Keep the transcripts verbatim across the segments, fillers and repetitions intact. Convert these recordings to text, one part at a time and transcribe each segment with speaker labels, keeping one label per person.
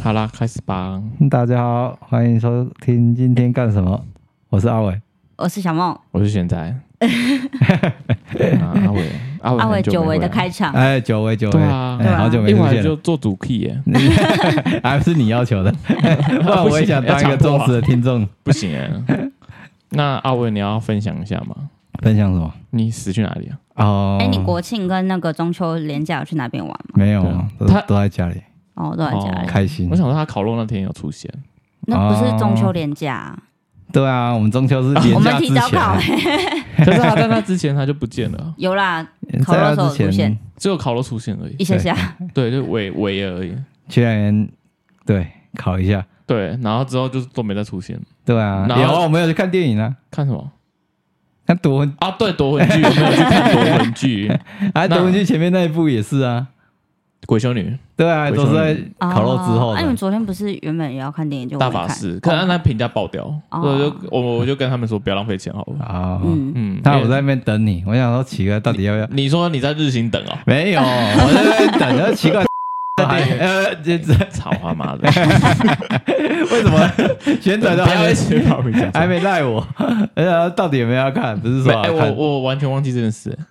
Speaker 1: 好啦，开始吧。
Speaker 2: 大家好，欢迎收听今天干什么？我是阿伟，
Speaker 3: 我是小梦，
Speaker 1: 我是玄仔。啊、阿伟，阿伟，
Speaker 3: 阿伟久违的开场，
Speaker 2: 哎，久违久违，
Speaker 1: 对啊，
Speaker 2: 哎、好久没出现了，
Speaker 1: 一会儿就做主 key 耶，
Speaker 2: 还不是你要求的，不然我也想当一个忠实的听众，
Speaker 1: 不行哎。那阿伟，你要分享一下吗？
Speaker 2: 分享什么？
Speaker 1: 你死去哪里啊？
Speaker 2: 哦，
Speaker 3: 哎、欸，你国庆跟那个中秋连假有去哪边玩吗？
Speaker 2: 没有啊，都都在家里。
Speaker 3: 哦，都在家里，
Speaker 2: 哦、开心。
Speaker 1: 我想说他烤肉那天有出现，
Speaker 3: 那不是中秋连假、啊哦？
Speaker 2: 对啊，我们中秋是连假之前、啊，我们
Speaker 3: 提早考、欸。
Speaker 1: 可是他在那之前他就不见了。
Speaker 3: 有啦，烤肉的时候出现，
Speaker 1: 只有烤肉出现而已，
Speaker 3: 一下下。
Speaker 1: 对，就尾尾而已。
Speaker 2: 去年对烤一下，
Speaker 1: 对，然后之后就都没再出现。
Speaker 2: 对啊，有啊，我们有去看电影啊，
Speaker 1: 看什么？
Speaker 2: 看夺魂
Speaker 1: 啊，对，夺魂剧，我没有去看夺魂剧。
Speaker 2: 哎，夺魂剧前面那一部也是啊，
Speaker 1: 鬼修女。
Speaker 2: 对啊，都是在烤肉之后的。
Speaker 3: 那、哦啊、你们昨天不是原本也要看电影就
Speaker 1: 大法师？可是那评价爆掉，
Speaker 3: 哦、
Speaker 1: 所以我就我我就跟他们说不要浪费钱好了。
Speaker 2: 啊，
Speaker 3: 嗯
Speaker 2: 嗯，那我在那边等你，我想说奇怪，到底要不要？
Speaker 1: 你说你在日行等哦？
Speaker 2: 没有，我在那边等，然后奇怪。呃，这这
Speaker 1: 操他妈的！
Speaker 2: 为什么旋转都还
Speaker 1: 没
Speaker 2: 还没赖我？呃，到底有没有要看？不是说
Speaker 1: 哎、欸，我我完全忘记这件事，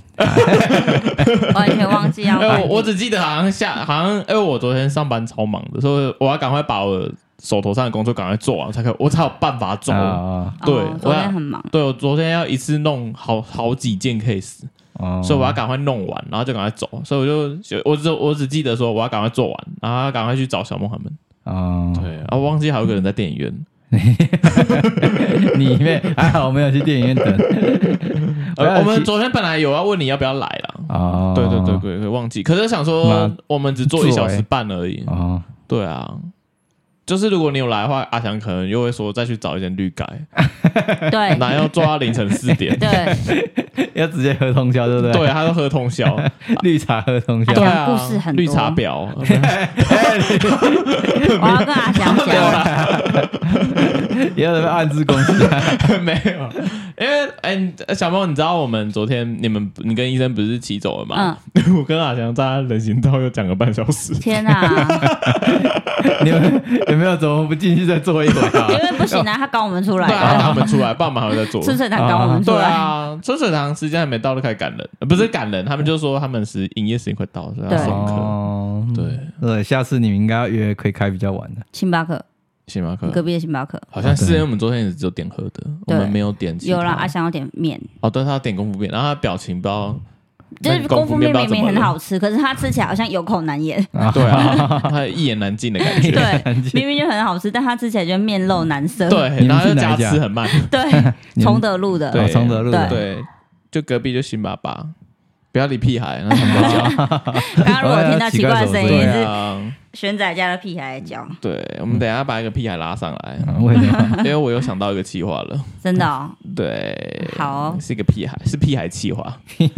Speaker 3: 完全忘记要看、
Speaker 1: 欸。我只记得好像下好像，因为我昨天上班超忙的，所以我要赶快把我手头上的工作赶快做完，才可以我才有办法走。
Speaker 2: 哦、
Speaker 1: 对、
Speaker 3: 哦，昨天很忙。
Speaker 1: 对，我昨天要一次弄好好几件 case。哦、所以我要赶快弄完，然后就赶快走。所以我就我只我只记得说我要赶快做完，然后要赶快去找小梦他们。哦，对，然后忘记还有一个人在电影院。
Speaker 2: 里面还好我没有去电影院等。
Speaker 1: 呃、我们昨天本来有要问你要不要来啦。哦，对对对对对，忘记。可是想说我们只做一小时半而已。哦，对啊。就是如果你有来的话，阿翔可能又会说再去找一间绿盖，
Speaker 3: 对，
Speaker 1: 然后要做到凌晨四点，
Speaker 3: 对，
Speaker 2: 要直接喝通宵，对不对？
Speaker 1: 对，他都喝通宵，
Speaker 2: 绿茶喝通宵，
Speaker 3: 对啊，故事很多，
Speaker 1: 绿茶婊，
Speaker 3: 我要跟阿翔讲，
Speaker 2: 也有人暗自攻击，
Speaker 1: 没有，因为哎、欸，小梦，你知道我们昨天你们你跟医生不是骑走了吗？嗯，我跟阿翔在人行道又讲了半小时，
Speaker 3: 天哪、啊！
Speaker 2: 你们有没有怎么不进去再做一回啊？
Speaker 3: 因为不行啊，他赶我们出来，
Speaker 1: 对啊，赶我们出来，爸妈还会在做。
Speaker 3: 春水堂赶我们出来，
Speaker 1: 对啊，春水堂时间还没到就开始赶人，不是赶人，他们就说他们是营业时间快到了，所以要送客。
Speaker 2: 哦，
Speaker 1: 对
Speaker 2: 对，下次你们应该要约可以开比较晚的
Speaker 3: 星巴克。
Speaker 1: 星巴克
Speaker 3: 隔壁的星巴克
Speaker 1: 好像是，因为我们昨天也只有点喝的，我们没有点其他。
Speaker 3: 有啦，阿翔要点面。
Speaker 1: 哦，对，他要点功夫面，然后他表情不知道。
Speaker 3: 就是功夫面明明很好吃，可是他吃起来好像有口难言。
Speaker 1: 对啊，他一言难尽的感觉。
Speaker 3: 对，明明就很好吃，但他吃起来就面露难色。
Speaker 1: 对，然后又加吃很慢。
Speaker 3: 对，崇德路的。
Speaker 1: 对，
Speaker 2: 崇德路的。
Speaker 1: 对，就隔壁就新爸爸，不要理屁孩，那他们在叫。
Speaker 3: 刚刚如果听到奇怪的声音是
Speaker 1: 啊。
Speaker 3: 玄仔家的屁孩在叫。
Speaker 1: 对，我们等一下把一个屁孩拉上来，
Speaker 2: 嗯、为什么？
Speaker 1: 因为我有想到一个企划了。
Speaker 3: 真的哦。
Speaker 1: 对。
Speaker 3: 好、哦。
Speaker 1: 是一个屁孩，是屁孩企划。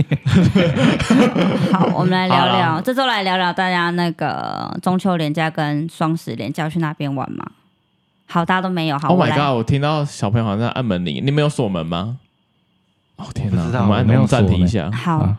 Speaker 3: 好，我们来聊聊，这周来聊聊大家那个中秋连假跟双十连假去那边玩吗？好，大家都没有。好
Speaker 1: ，Oh my god！ 我听到小朋友好像在按门铃，你没有锁门吗？哦天哪！我们没有暂停一下。
Speaker 3: 好。
Speaker 2: 啊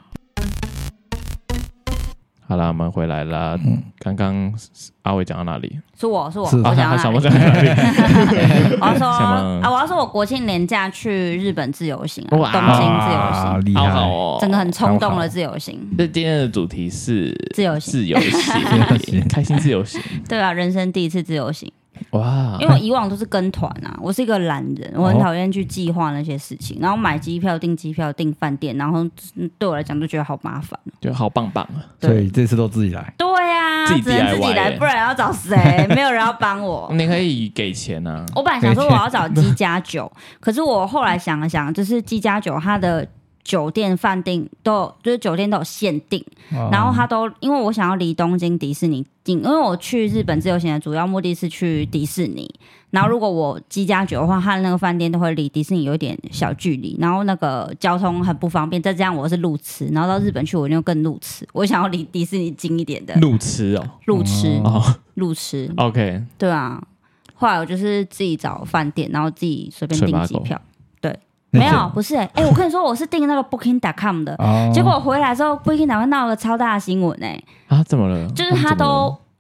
Speaker 1: 好啦，我们回来啦。刚刚阿伟讲到哪里？
Speaker 3: 是我是我，
Speaker 2: 是
Speaker 3: 我讲到
Speaker 1: 哪里？小梦讲到哪里？
Speaker 3: 我要说啊，我要说我国庆连假去日本自由行、啊，东京自由行，
Speaker 2: 厉害
Speaker 1: 好哦，
Speaker 3: 整个很冲动的自由行。
Speaker 1: 这今天的主题是
Speaker 3: 自由行，
Speaker 1: 自由行，开心自由行。
Speaker 3: 对啊，人生第一次自由行。
Speaker 1: 哇！
Speaker 3: 因为我以往都是跟团啊，我是一个懒人，我很讨厌去计划那些事情，然后买机票、订机票、订饭店，然后对我来讲都觉得好麻烦，
Speaker 1: 就好棒棒啊！
Speaker 2: 所以这次都自己来。
Speaker 3: 对啊，
Speaker 1: 自己
Speaker 3: 只能自己来，不然要找谁？没有人要帮我。
Speaker 1: 你可以给钱啊！
Speaker 3: 我本来想说我要找机加酒，可是我后来想了想，就是机加酒它的酒店、饭店都有，就是酒店都有限定，哦、然后它都因为我想要离东京迪士尼近，因为我去日本自由行的主要目的是去迪士尼，然后如果我机加酒的话，它的那个饭店都会离迪士尼有一点小距离，然后那个交通很不方便，再这样我是路痴，然后到日本去我就更路痴，我想要离迪士尼近一点的
Speaker 1: 路痴哦，
Speaker 3: 路痴
Speaker 1: 哦，
Speaker 3: 路痴
Speaker 1: ，OK，
Speaker 3: 对啊，后来我就是自己找饭店，然后自己随便订机票。没有，不是哎、欸欸，我跟你说，我是订那个 Booking 点 com 的，哦、结果我回来之后 ，Booking 点 com 闹了个超大的新闻哎、欸、
Speaker 1: 啊，怎么了？
Speaker 3: 就是他都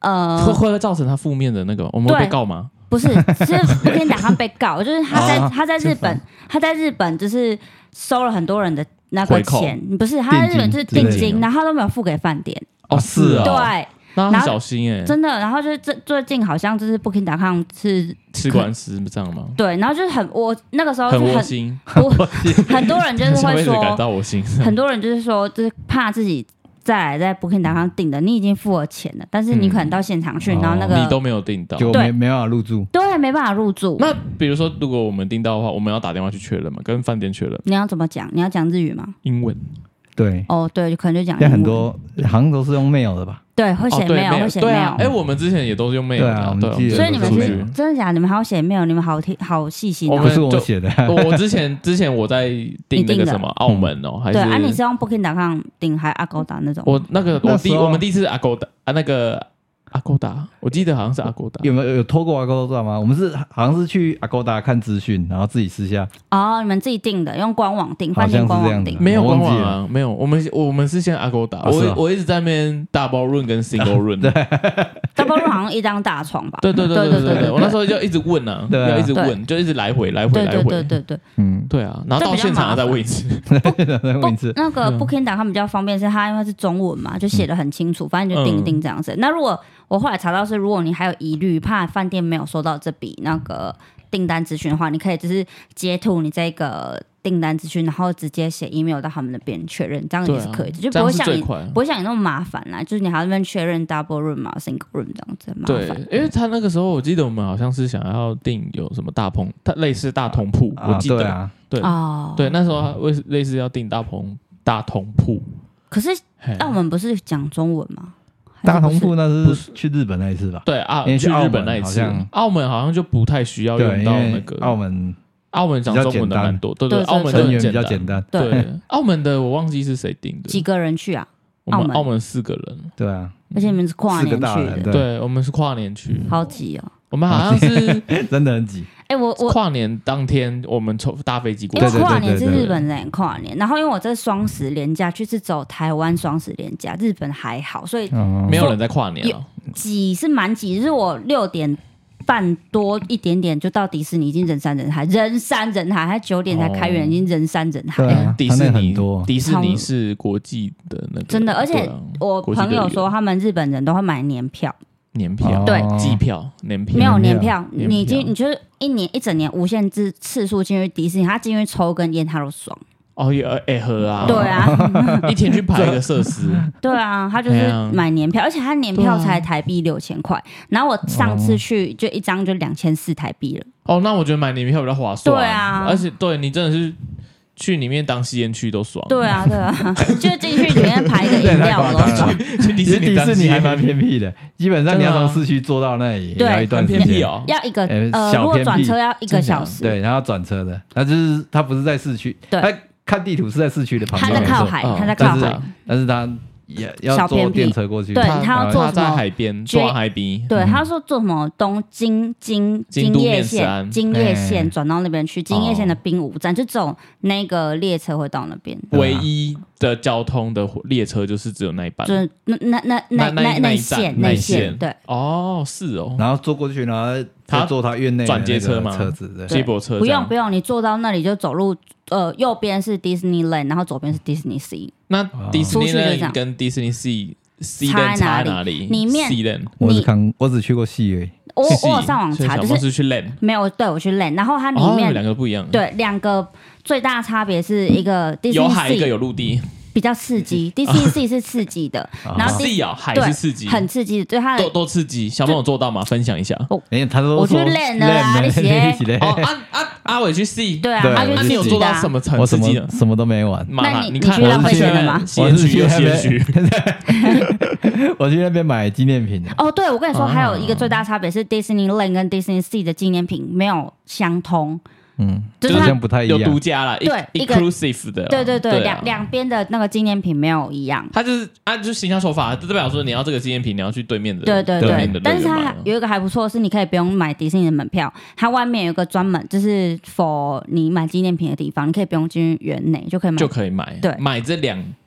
Speaker 3: 呃，
Speaker 1: 会会造成他负面的那个，我们会被告吗？
Speaker 3: 不是，是不可以打算被告，就是他在、哦、他在日本，他在日本就是收了很多人的那个钱，不是他在日本就是定金，然后他都没有付给饭店。
Speaker 1: 哦，是啊、哦，
Speaker 3: 对。
Speaker 1: 那很小心哎、欸，
Speaker 3: 真的。然后就是最最近好像就是 Booking 点 com 是
Speaker 1: 吃官司这样吗？
Speaker 3: 对，然后就是很我那个时候
Speaker 1: 很窝心，
Speaker 3: 很多人就是会说，
Speaker 1: 感到窝心，
Speaker 3: 很多人就是说，就是怕自己再来在 Booking 点 com 订的，你已经付了钱了，但是你可能到现场去，嗯、然后那个、
Speaker 1: 哦、你都没有订到，
Speaker 2: 就没没办法入住，
Speaker 3: 对，没办法入住。
Speaker 1: 那比如说，如果我们订到的话，我们要打电话去确认嘛，跟饭店确认。
Speaker 3: 你要怎么讲？你要讲日语吗？
Speaker 1: 英文。
Speaker 2: 对，
Speaker 3: 哦，对，可能就讲。
Speaker 2: 现在很多好像都是用 mail 的吧？
Speaker 3: 对，会写 mail，、哦、会写 mail。
Speaker 1: 哎、啊，我们之前也都是用 mail 的。
Speaker 2: 对啊，我们记得。
Speaker 3: 所以你们是真的假的？你们还要写 mail？ 你们好好细心、哦。
Speaker 1: 我们
Speaker 2: 是我写的。
Speaker 1: 我之前之前我在订那个什么澳门哦，还是
Speaker 3: 对啊？你是用 Booking 点 com 订还 Agoda 那种？
Speaker 1: 我那个我第我们第一次 Agoda 啊那个。Agoda， 我记得好像是 Agoda，
Speaker 2: 有没有有透过 Agoda 吗？我们是好像是去 Agoda 看资讯，然后自己私下。
Speaker 3: 哦，你们自己订的，用官网订，饭店官网订，
Speaker 1: 没有官网啊，没有。我们我们是先 Agoda，、啊、我、啊、我一直在那边 double room 跟 single room， 对
Speaker 3: ，double room 好像一张大床吧？
Speaker 1: 对对对对对 对, 对, 对，我那时候就一直问啊，对啊要一直问，就一直来回来回来回，
Speaker 3: 对对对对，
Speaker 1: 嗯，对啊，然后到现场再问一次，
Speaker 2: 再问一次。
Speaker 3: 那个 Booking 点 com 比较方便，是它因为是中文嘛，就写得很清楚，反正就订一订这样子。嗯、那如果我后来查到是，如果你还有疑虑，怕饭店没有收到这笔那个订单资讯的话，你可以就是截图你这个订单资讯，然后直接写 email 到他们那边确认，这样也是可以的，啊、就不会像你不会像你那么麻烦啦。就是你还要那边确认 double room 啊 single room 这样子很麻烦。
Speaker 1: 对，因为他那个时候我记得我们好像是想要订有什么大棚，它类似大通铺，
Speaker 2: 啊、
Speaker 1: 我记得，
Speaker 2: 对啊，
Speaker 1: 对哦，对，那时候类似要订大棚大通铺。
Speaker 3: 可是澳门不是讲中文吗？
Speaker 2: 大同铺那是去日本那一次吧？
Speaker 1: 对啊，去日本那一次，澳门好像就不太需要用到那个。
Speaker 2: 澳门
Speaker 1: 澳门讲中文的蛮多，对对，澳门
Speaker 2: 人员比较简单。
Speaker 1: 对，澳门的我忘记是谁订的。
Speaker 3: 几个人去啊？
Speaker 1: 我们澳门四个人。
Speaker 2: 对啊，
Speaker 3: 而且你们是跨年去的。
Speaker 1: 对，我们是跨年去。
Speaker 3: 好挤哦。
Speaker 1: 我们好像是
Speaker 2: 真的很挤。
Speaker 3: 哎、欸，我我
Speaker 1: 跨年当天我们从搭飞机过去，
Speaker 3: 因为跨年是日本人跨年，然后因为我这双十连假去是走台湾双十连假，日本还好，所以
Speaker 1: 没有人在跨年了。
Speaker 3: 挤是蛮挤，就是我六点半多一点点就到迪士尼，已经人山人海，人山人海，还九点才开园，哦、已经人山人海。
Speaker 2: 啊、
Speaker 1: 迪士尼迪士尼是国际的那个，
Speaker 3: 真的，而且我朋友说他们日本人都会买年票。
Speaker 1: 年票
Speaker 3: 对
Speaker 1: 机票年票
Speaker 3: 没有年票，年票你进你就是一年一整年无限制次数进去迪士尼，他进去抽根烟他都爽。
Speaker 1: 哦也哎喝啊，
Speaker 3: 对啊，
Speaker 1: 一天去排一个设施。
Speaker 3: 对啊，他就是买年票，而且他年票才台币六千块，然后我上次去就一张就两千四台币了。
Speaker 1: 哦，那我觉得买年票比较划算。
Speaker 3: 对啊，
Speaker 1: 而且对你真的是。去里面当吸烟区都爽。
Speaker 3: 对啊，对啊，就进去里面排一个饮料都爽。
Speaker 2: 去迪士尼，迪士尼还蛮偏僻的，基本上你要从市区坐到那里，要一段时间
Speaker 1: 哦，
Speaker 3: 要一个呃，如果转车要一个小时。
Speaker 2: 对，然后转车的，那就是它不是在市区，它看地图是在市区的旁边，
Speaker 3: 它在靠海，它在靠海，
Speaker 2: 但是它。也要坐电车过去，
Speaker 3: 对，他要坐
Speaker 1: 在海边，坐海边。
Speaker 3: 对，他说坐什么东京京京叶线，京叶线转到那边去，京叶线的滨武站就走那个列车会到那边。
Speaker 1: 唯一的交通的列车就是只有那一班，
Speaker 3: 就是那那那那那那线那线，对。
Speaker 1: 哦，是哦。
Speaker 2: 然后坐过去，然后他坐他院内
Speaker 1: 转接车吗？
Speaker 2: 车子
Speaker 1: 接驳车
Speaker 3: 不用不用，你坐到那里就走路。呃，右边是 Disneyland， 然后左边是 Disney Sea。
Speaker 1: 那 Disneyland 跟 Disney Sea Sea 差哪里？
Speaker 3: 里面
Speaker 2: 我只看，我只去过 Sea 而已。
Speaker 3: 我我有上网查，就是
Speaker 1: 去 Land
Speaker 3: 没有，对我去 Land， 然后它里面
Speaker 1: 两个不一样。
Speaker 3: 对，两个最大差别是一个 Disney Sea
Speaker 1: 有海，一个有陆地。
Speaker 3: 比较刺激 ，Disney Sea 是刺激的，然后
Speaker 1: Sea 啊海是刺激，
Speaker 3: 很刺激，对它
Speaker 1: 都都刺激。小朋友做到吗？分享一下。
Speaker 2: 哎，他说
Speaker 3: 我去练了啊，那些
Speaker 1: 哦，阿阿阿伟去 Sea，
Speaker 3: 对啊，他去 Sea，
Speaker 1: 你有做到什么很刺激的？
Speaker 2: 什么都没玩。
Speaker 3: 那你
Speaker 1: 你看
Speaker 3: 去浪费钱了吗？
Speaker 1: 我是去那边，
Speaker 2: 我去那边买纪念品。
Speaker 3: 哦，对，我跟你说，还有一个最大差别是 Disneyland 跟 Disney Sea 的纪念品没有相通。
Speaker 2: 嗯，就是好像不太一样，
Speaker 1: 有独家啦，
Speaker 3: 对
Speaker 1: ，exclusive 的，
Speaker 3: 对对对，两两边的那个纪念品没有一样。
Speaker 1: 它就是啊，就是行销手法，就代表说你要这个纪念品，你要去对面的，
Speaker 3: 对对对。但是它有一个还不错，是你可以不用买迪士尼的门票，它外面有一个专门就是 for 你买纪念品的地方，你可以不用进园内就可以买，
Speaker 1: 就可以买，
Speaker 3: 对，
Speaker 1: 买这两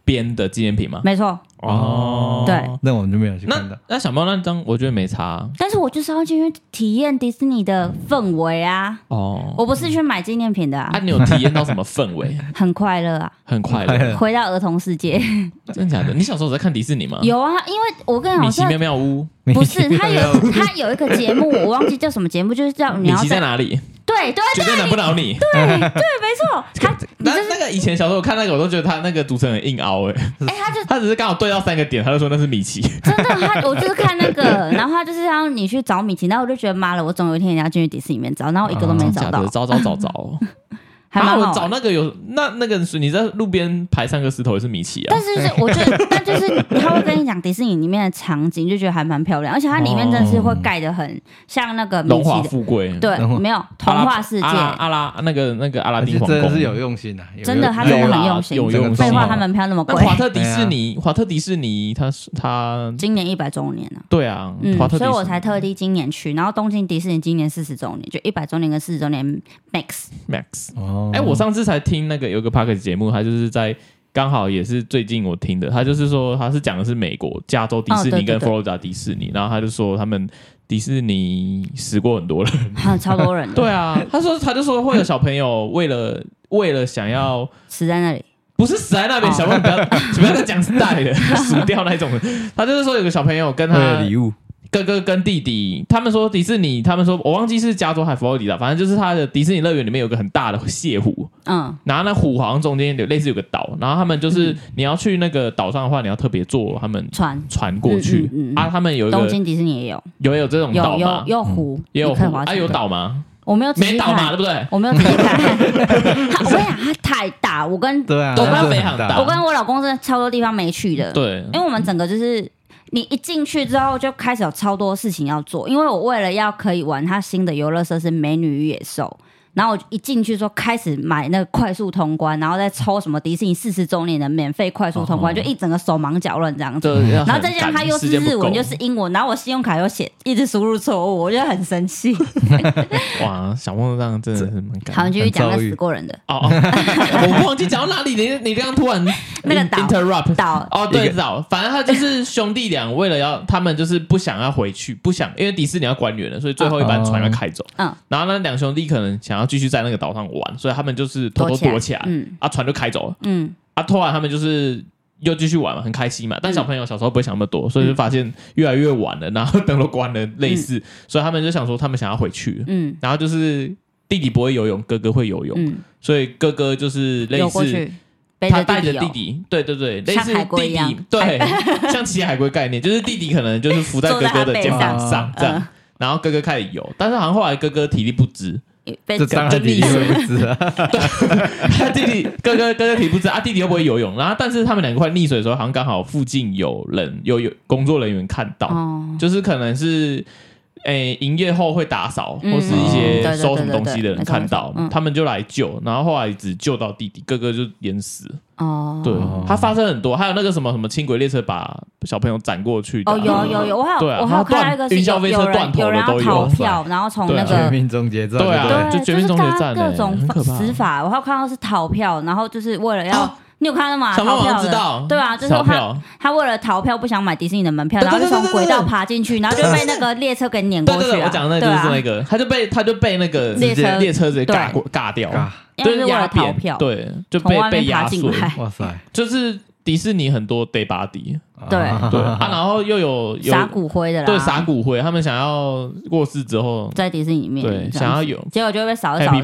Speaker 1: 边的纪念品吗？
Speaker 3: 没错。
Speaker 1: 哦，
Speaker 3: 对，
Speaker 2: 那我们就没有去看到。
Speaker 1: 那那小猫那张我觉得没差、啊，
Speaker 3: 但是我就是要进去体验迪士尼的氛围啊。哦，我不是去买纪念品的啊。
Speaker 1: 啊，你有体验到什么氛围？
Speaker 3: 很快乐啊，
Speaker 1: 很快乐，
Speaker 3: 回到儿童世界。
Speaker 1: 真的假的？你小时候在看迪士尼吗？
Speaker 3: 有啊，因为我跟你讲，
Speaker 1: 米奇妙妙屋
Speaker 3: 不是，他有他有一个节目，我忘记叫什么节目，就是叫你要
Speaker 1: 米奇在哪里？
Speaker 3: 对对，
Speaker 1: 绝对难不倒你。
Speaker 3: 对对，没错。他
Speaker 1: 那那个以前小时候我看那个，我都觉得他那个主持人很硬凹哎、欸。哎、欸，他就他只是刚好对到三个点，他就说那是米奇。
Speaker 3: 真的，他我就是看那个，然后他就是让你去找米奇，然后我就觉得妈了，我总有一天也要進去迪士尼里面找，然后我一个都没找到。
Speaker 1: 哦、找找找找。还我找那个有那那个你在路边排三个石头也是米奇啊，
Speaker 3: 但是就是我觉得，但就是他会跟你讲迪士尼里面的场景，就觉得还蛮漂亮，而且它里面真的是会盖得很像那个米奇的
Speaker 1: 荣华富贵，
Speaker 3: 对，没有童话世界，
Speaker 1: 阿拉阿拉那个那个阿拉丁皇宫
Speaker 2: 真的是有用心的、啊，
Speaker 3: 真的他真的很用心，
Speaker 1: 有用心。
Speaker 3: 废话，他门票那么贵。
Speaker 1: 华特迪士尼，华特迪士尼，他他
Speaker 3: 今年一百周年了、啊，
Speaker 1: 对啊，
Speaker 3: 嗯，
Speaker 1: 华特迪士尼
Speaker 3: 所以我才特地今年去，然后东京迪士尼今年四十周年，就一百周年跟四十周年 max
Speaker 1: max。哦，哎，我上次才听那个有个 podcast 节目，他就是在刚好也是最近我听的，他就是说他是讲的是美国加州迪士尼跟佛罗里达迪士尼，哦、对对对，然后他就说他们迪士尼死过很多人，
Speaker 3: 很超多人。
Speaker 1: 对啊，他说他就说会有小朋友为了为了想要
Speaker 3: 死在那里。
Speaker 1: 不是死在那边，小朋友不要不要再讲死带了，死掉那种的。他就是说有个小朋友跟他
Speaker 2: 礼物。
Speaker 1: 哥哥跟弟弟，他们说迪士尼，他们说我忘记是加州还是佛罗里达，反正就是他的迪士尼乐园里面有个很大的泻湖，嗯，然后那湖好像中间有类似有个岛，然后他们就是、嗯、你要去那个岛上的话，你要特别坐他们
Speaker 3: 船
Speaker 1: 船过去、嗯嗯嗯、啊。他们有一个
Speaker 3: 东京迪士尼也有，
Speaker 1: 有有这种岛吗？
Speaker 3: 有有有湖，
Speaker 1: 也有湖啊，有岛吗？
Speaker 3: 我没有
Speaker 1: 没岛嘛，对不对？
Speaker 3: 我没有仔细看。我跟你讲，它太大，我跟
Speaker 2: 对啊，
Speaker 1: 都跟非常大。
Speaker 3: 我跟我老公真的超多地方没去的，
Speaker 1: 对，
Speaker 3: 因为我们整个就是。你一进去之后就开始有超多事情要做，因为我为了要可以玩它新的游乐设施《美女与野兽》，然后我一进去之后开始买那个快速通关，然后再抽什么迪士尼四十周年的免费快速通关，哦、就一整个手忙脚乱这样子。然后再加上它又是日文又是英文，然后我信用卡又写一直输入错误，我就很生气。
Speaker 1: 哇，小梦这样真的是蛮感。
Speaker 3: 好，你继续讲那死过人的。
Speaker 1: 哦哦，我不忘记讲到哪里，你你刚刚突然
Speaker 3: 那个岛
Speaker 1: interrupt
Speaker 3: 岛
Speaker 1: 哦，对岛，反正他就是兄弟俩为了要他们就是不想要回去，不想因为迪士尼要关园了，所以最后一班船要开走。嗯，然后那两兄弟可能想要继续在那个岛上玩，所以他们就是偷偷躲起来，嗯，啊，船就开走了，嗯，啊，突然他们就是又继续玩嘛，很开心嘛。但小朋友小时候不会想那么多，所以就发现越来越晚了，然后灯都关了，类似，嗯、所以他们就想说他们想要回去，嗯，然后就是弟弟不会游泳，哥哥会游泳，嗯，所以哥哥就是类似。他带着弟弟，对对对，类似弟弟，对，像骑海龟概念，就是弟弟可能就是浮在哥哥的肩膀上这样，然后哥哥开始游，但是好像后来哥哥体力不支。
Speaker 2: 这当然弟弟不支啊，
Speaker 1: 对，他弟弟哥哥哥哥体力不支啊，弟弟又不会游泳，然后但是他们两个快溺水的时候，好像刚好附近有人有有工作人员看到，哦、就是可能是。诶，营业后会打扫，或是一些收什么东西的人看到，嗯、他们就来救，然后后来只救到弟弟，哥哥就淹死。哦，对，它发生很多，还有那个什么什么轻轨列车把小朋友斩过去的。
Speaker 3: 哦，有有有，我还有、啊、我还有看到一个
Speaker 1: 云霄飞车断头的都有。
Speaker 3: 逃票，然后从那个
Speaker 2: 绝命终结站，
Speaker 1: 对啊，就绝命终结站、
Speaker 3: 欸，各种死法，我还有看到是逃票，然后就是为了要。哦你有看到吗？逃票的，对啊，就是他他为了逃票不想买迪士尼的门票，然后就从轨道爬进去，然后就被那个列车给碾过去、啊。
Speaker 1: 对对对，我讲的就是那个，他就被他就被那个
Speaker 3: 列车
Speaker 1: 列车直接尬尬掉，
Speaker 3: 就是为了逃票，
Speaker 1: 对，就被被压碎。
Speaker 2: 哇塞，
Speaker 1: 就是迪士尼很多 day body，
Speaker 3: 对
Speaker 1: 对啊，然后又有
Speaker 3: 撒骨灰的啦，
Speaker 1: 对，撒骨灰，他们想要过世之后在
Speaker 3: 迪士尼里面，
Speaker 1: 对，想要有，
Speaker 3: 结果就会被扫一扫。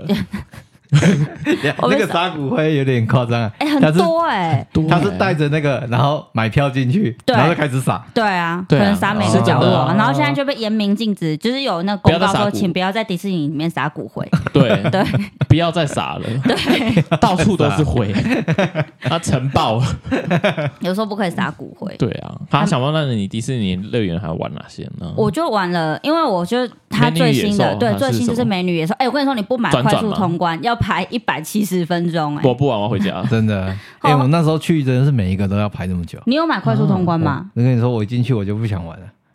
Speaker 2: 那个撒骨灰有点夸张啊，
Speaker 3: 哎、欸，很多哎、
Speaker 2: 欸，他是带着那个，然后买票进去，然后就开始撒，
Speaker 3: 对啊，可能撒每个角落，然后现在就被严明禁止，就是有那个公告说，请不要在迪士尼里面撒骨灰，
Speaker 1: 对
Speaker 3: 对，
Speaker 1: 不要再撒了，
Speaker 3: 对，
Speaker 1: 到处都是灰，他尘爆了，
Speaker 3: 有时候不可以撒骨灰，
Speaker 1: 对啊，他想问那你迪士尼乐园还玩哪些呢？
Speaker 3: 我就玩了，因为我就他最新的，对，最新就是美女野兽，哎，我跟你说，你不买快速通关要排一百七十分钟，哎，
Speaker 1: 我不玩，我回家，
Speaker 2: 真的。哎、欸，我那时候去真的是每一个都要排这么久。
Speaker 3: 你有买快速通关吗？
Speaker 2: 我跟你说，我一进去我就不想玩了。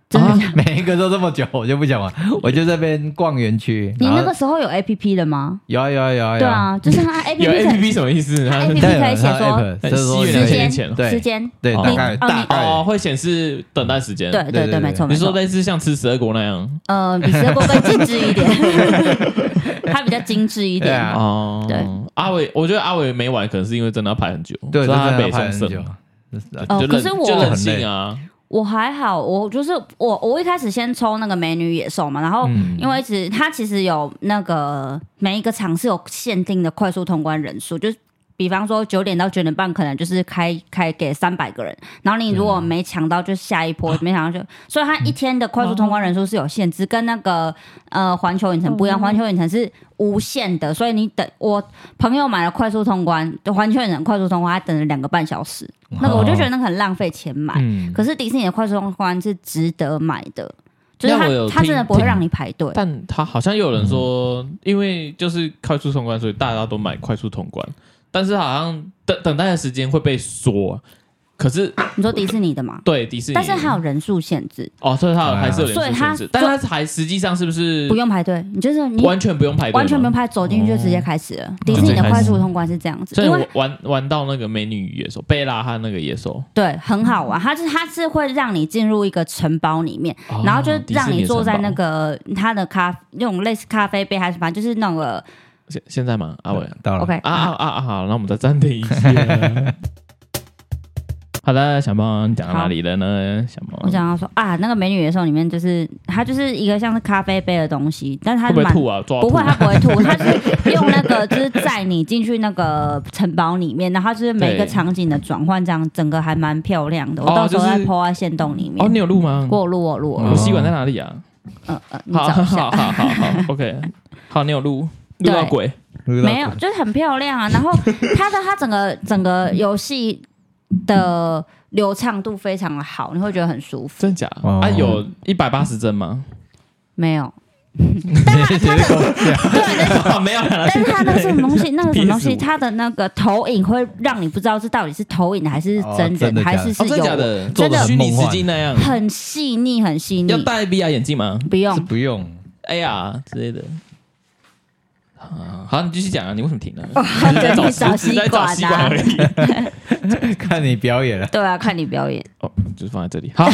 Speaker 3: 真的、啊、
Speaker 2: 每一个都这么久，我就不讲了。我就在那边逛园区。
Speaker 3: 你那个时候有 A P P 了吗？
Speaker 2: 有啊有啊有啊。
Speaker 3: 对啊，就是它 A P P
Speaker 1: 有 A P P 什么意思？
Speaker 3: 它 A P P 可以写说
Speaker 1: 时间，
Speaker 2: 对
Speaker 3: 时间，
Speaker 2: 对，大概大概
Speaker 1: 哦会显示等待时间。
Speaker 3: 对对对，没错。
Speaker 1: 你说类似像吃十二国那样？
Speaker 3: 呃，比十二国更精致一点，它比较精致一点。
Speaker 1: 哦，
Speaker 3: 对。
Speaker 1: 阿伟，我觉得阿伟没玩，可能是因为真的要排很久，
Speaker 2: 对，
Speaker 1: 所以他
Speaker 2: 北上很久。
Speaker 3: 哦，可是我
Speaker 1: 就任性啊。
Speaker 3: 我还好，我就是我，我一开始先抽那个美女野兽嘛，然后因为一直它其实有那个每一个场是有限定的快速通关人数，就是比方说九点到九点半可能就是开开给三百个人，然后你如果没抢到就下一波，没抢到就，所以它一天的快速通关人数是有限制，跟那个呃环球影城不一样，环球影城是无限的，所以你等我朋友买了快速通关，环球影城快速通关，他等了两个半小时。那个我就觉得那个很浪费钱买，嗯、可是迪士尼的快速通关是值得买的，就是它它真的不会让你排队。
Speaker 1: 但他好像有人说，嗯、因为就是快速通关，所以大家都买快速通关，但是好像等等待的时间会被缩。可是
Speaker 3: 你说迪士尼的吗？
Speaker 1: 对，迪士尼，
Speaker 3: 但是它有人数限制
Speaker 1: 哦，所以它还是有人数限制，但它还实际上是不是
Speaker 3: 不用排队？你就是你
Speaker 1: 完全不用排队，
Speaker 3: 完全不用排，走进去就直接开始了。哦、迪士尼的快速通关是这样子，
Speaker 1: 所以我玩玩到那个美女野兽贝拉和那个野兽，
Speaker 3: 对，很好玩。它是它是会让你进入一个城堡里面，哦、然后就让你坐在那个它的咖那种类似咖啡杯还是反正就是那个
Speaker 1: 现现在吗？阿伟
Speaker 2: 到了
Speaker 3: ，OK
Speaker 1: 啊啊啊啊！好，那我们再暂停一下。好的，小猫，你讲到哪里了呢？小猫，
Speaker 3: 我想要说啊，那个美女野兽里面就是它就是一个像是咖啡杯的东西，但是它
Speaker 1: 会不会吐啊？抓
Speaker 3: 不会，它不会吐，它是用那个就是载你进去那个城堡里面，然后就是每一个场景的转换，这样整个还蛮漂亮的。我到时候再 po 在限动里面。
Speaker 1: 哦，你有录吗？
Speaker 3: 我录，我录，我
Speaker 1: 录。吸管在哪里啊？
Speaker 3: 嗯呃，你找一下。
Speaker 1: 好好好好 ，OK， 好，你有录，录到鬼？
Speaker 3: 没有，就是很漂亮啊。然后它的它整个整个游戏的流畅度非常的好，你会觉得很舒服。
Speaker 1: 真假？哦、啊，有一百八十帧吗？
Speaker 3: 没有。但它它的
Speaker 1: 对，没有。
Speaker 3: 但是它那个什么东西，那个什么东西，它的那个投影会让你不知道这到底是投影还是真人，哦、还是是有、
Speaker 1: 哦、真的
Speaker 3: 真的
Speaker 1: 虚拟实境那样，
Speaker 3: 很细腻，很细腻。
Speaker 1: 要戴 V R 眼镜吗？
Speaker 3: 不用，
Speaker 2: 是不用
Speaker 1: A R 之类的。好，你继续讲啊！你为什么停了？
Speaker 3: 哦、在找找吸管啊！
Speaker 2: 看你表演了。
Speaker 3: 对啊，看你表演。
Speaker 1: 哦，就是放在这里。好。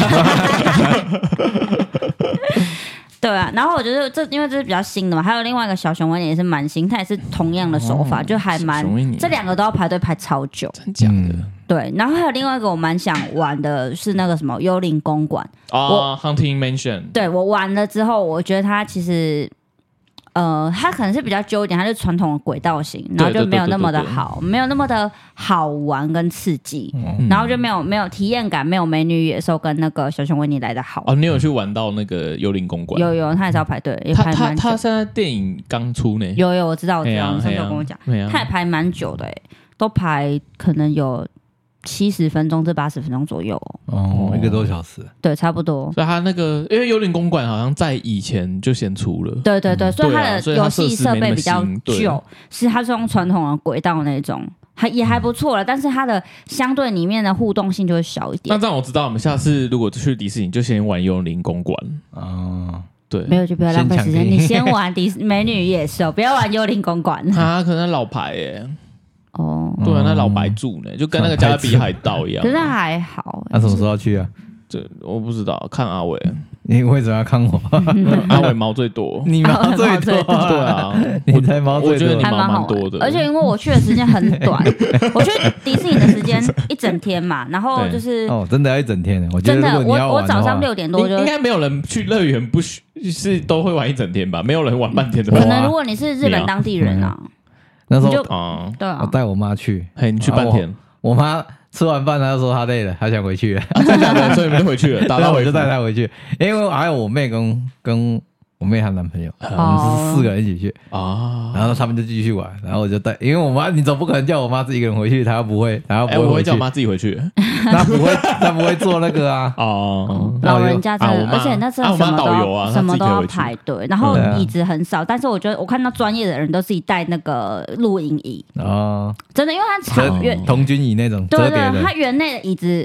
Speaker 3: 对啊，然后我觉得这因为这是比较新的嘛，还有另外一个小熊维尼也是蛮新，它也是同样的手法，哦、就还蛮这两个都要排队排超久，
Speaker 1: 真假的？嗯、
Speaker 3: 对，然后还有另外一个我蛮想玩的是那个什么幽灵公馆
Speaker 1: 哦 ，Haunted Mansion。
Speaker 3: 对，我玩了之后，我觉得它其实。呃，它可能是比较旧一点，它是传统的轨道型，然后就没有那么的好，没有那么的好玩跟刺激，嗯、然后就没有没有体验感，没有美女野兽跟那个小熊维尼来的好。
Speaker 1: 哦，你有去玩到那个幽灵公馆？
Speaker 3: 有有，他也是要排队，也排蛮久。
Speaker 1: 他他现在电影刚出呢。
Speaker 3: 有有，我知道我知道，你上次跟我讲，他也排蛮久的，哎，都排可能有。七十分钟至八十分钟左右
Speaker 2: 哦，一个多小时，
Speaker 3: 对，差不多。
Speaker 1: 所以它那个，因为幽灵公馆好像在以前就先出了，
Speaker 3: 对对对，所以它的游戏设备比较旧，是它是用传统的轨道那种，还也还不错了。但是它的相对里面的互动性就会小一点。
Speaker 1: 那这样我知道，我们下次如果去迪士尼，就先玩幽灵公馆哦。对，
Speaker 3: 没有就不要浪费时间，你先玩迪美女野兽，不要玩幽灵公馆。
Speaker 1: 啊，可能老牌耶。
Speaker 3: 哦，
Speaker 1: 对啊，那老白住呢，就跟那个加勒比海盗一样。
Speaker 3: 可是还好。
Speaker 2: 那、啊、什么时候要去啊？
Speaker 1: 这我不知道，看阿伟。
Speaker 2: 你为什么要看我？
Speaker 1: 阿伟毛最多，
Speaker 2: 你毛最多，
Speaker 1: 对啊，
Speaker 2: 你才毛最多，
Speaker 1: 我觉得你毛蛮多的。
Speaker 3: 而且因为我去的时间很短，我去迪士尼的时间一整天嘛，然后就是
Speaker 2: 哦，真的要一整天的。我觉得如果你要玩的话，
Speaker 3: 真的，我我早上六点多就
Speaker 1: 应该没有人去乐园不是都会玩一整天吧？没有人玩半天的。
Speaker 3: 可能如果你是日本当地人啊。
Speaker 2: 那时候
Speaker 1: 啊，
Speaker 3: 对啊，
Speaker 2: 我带我妈去，
Speaker 1: 嘿，你去半天。
Speaker 2: 我, 我妈吃完饭，她就说她累了，她想回去了，
Speaker 1: 啊、真的，所以你们就回去了，打到
Speaker 2: 我就带她回去，因为还有我妹跟跟我妹她男朋友，我们是四个人一起去啊，然后他们就继续玩，然后我就带，因为我妈你总不可能叫我妈自己一个人回去，她又不会，她又不会回去，
Speaker 1: 欸、我会叫我妈自己回去，
Speaker 2: 她不会，她不会做那个啊，
Speaker 3: 哦，老人家真的，而且那真的什么都要、啊、什么都要排队，然后椅子很少，但是我觉得我看到专业的人都自己带那个露营椅哦，真的，因为它场园
Speaker 2: 童军椅那种，
Speaker 3: 对对，它园内的椅子。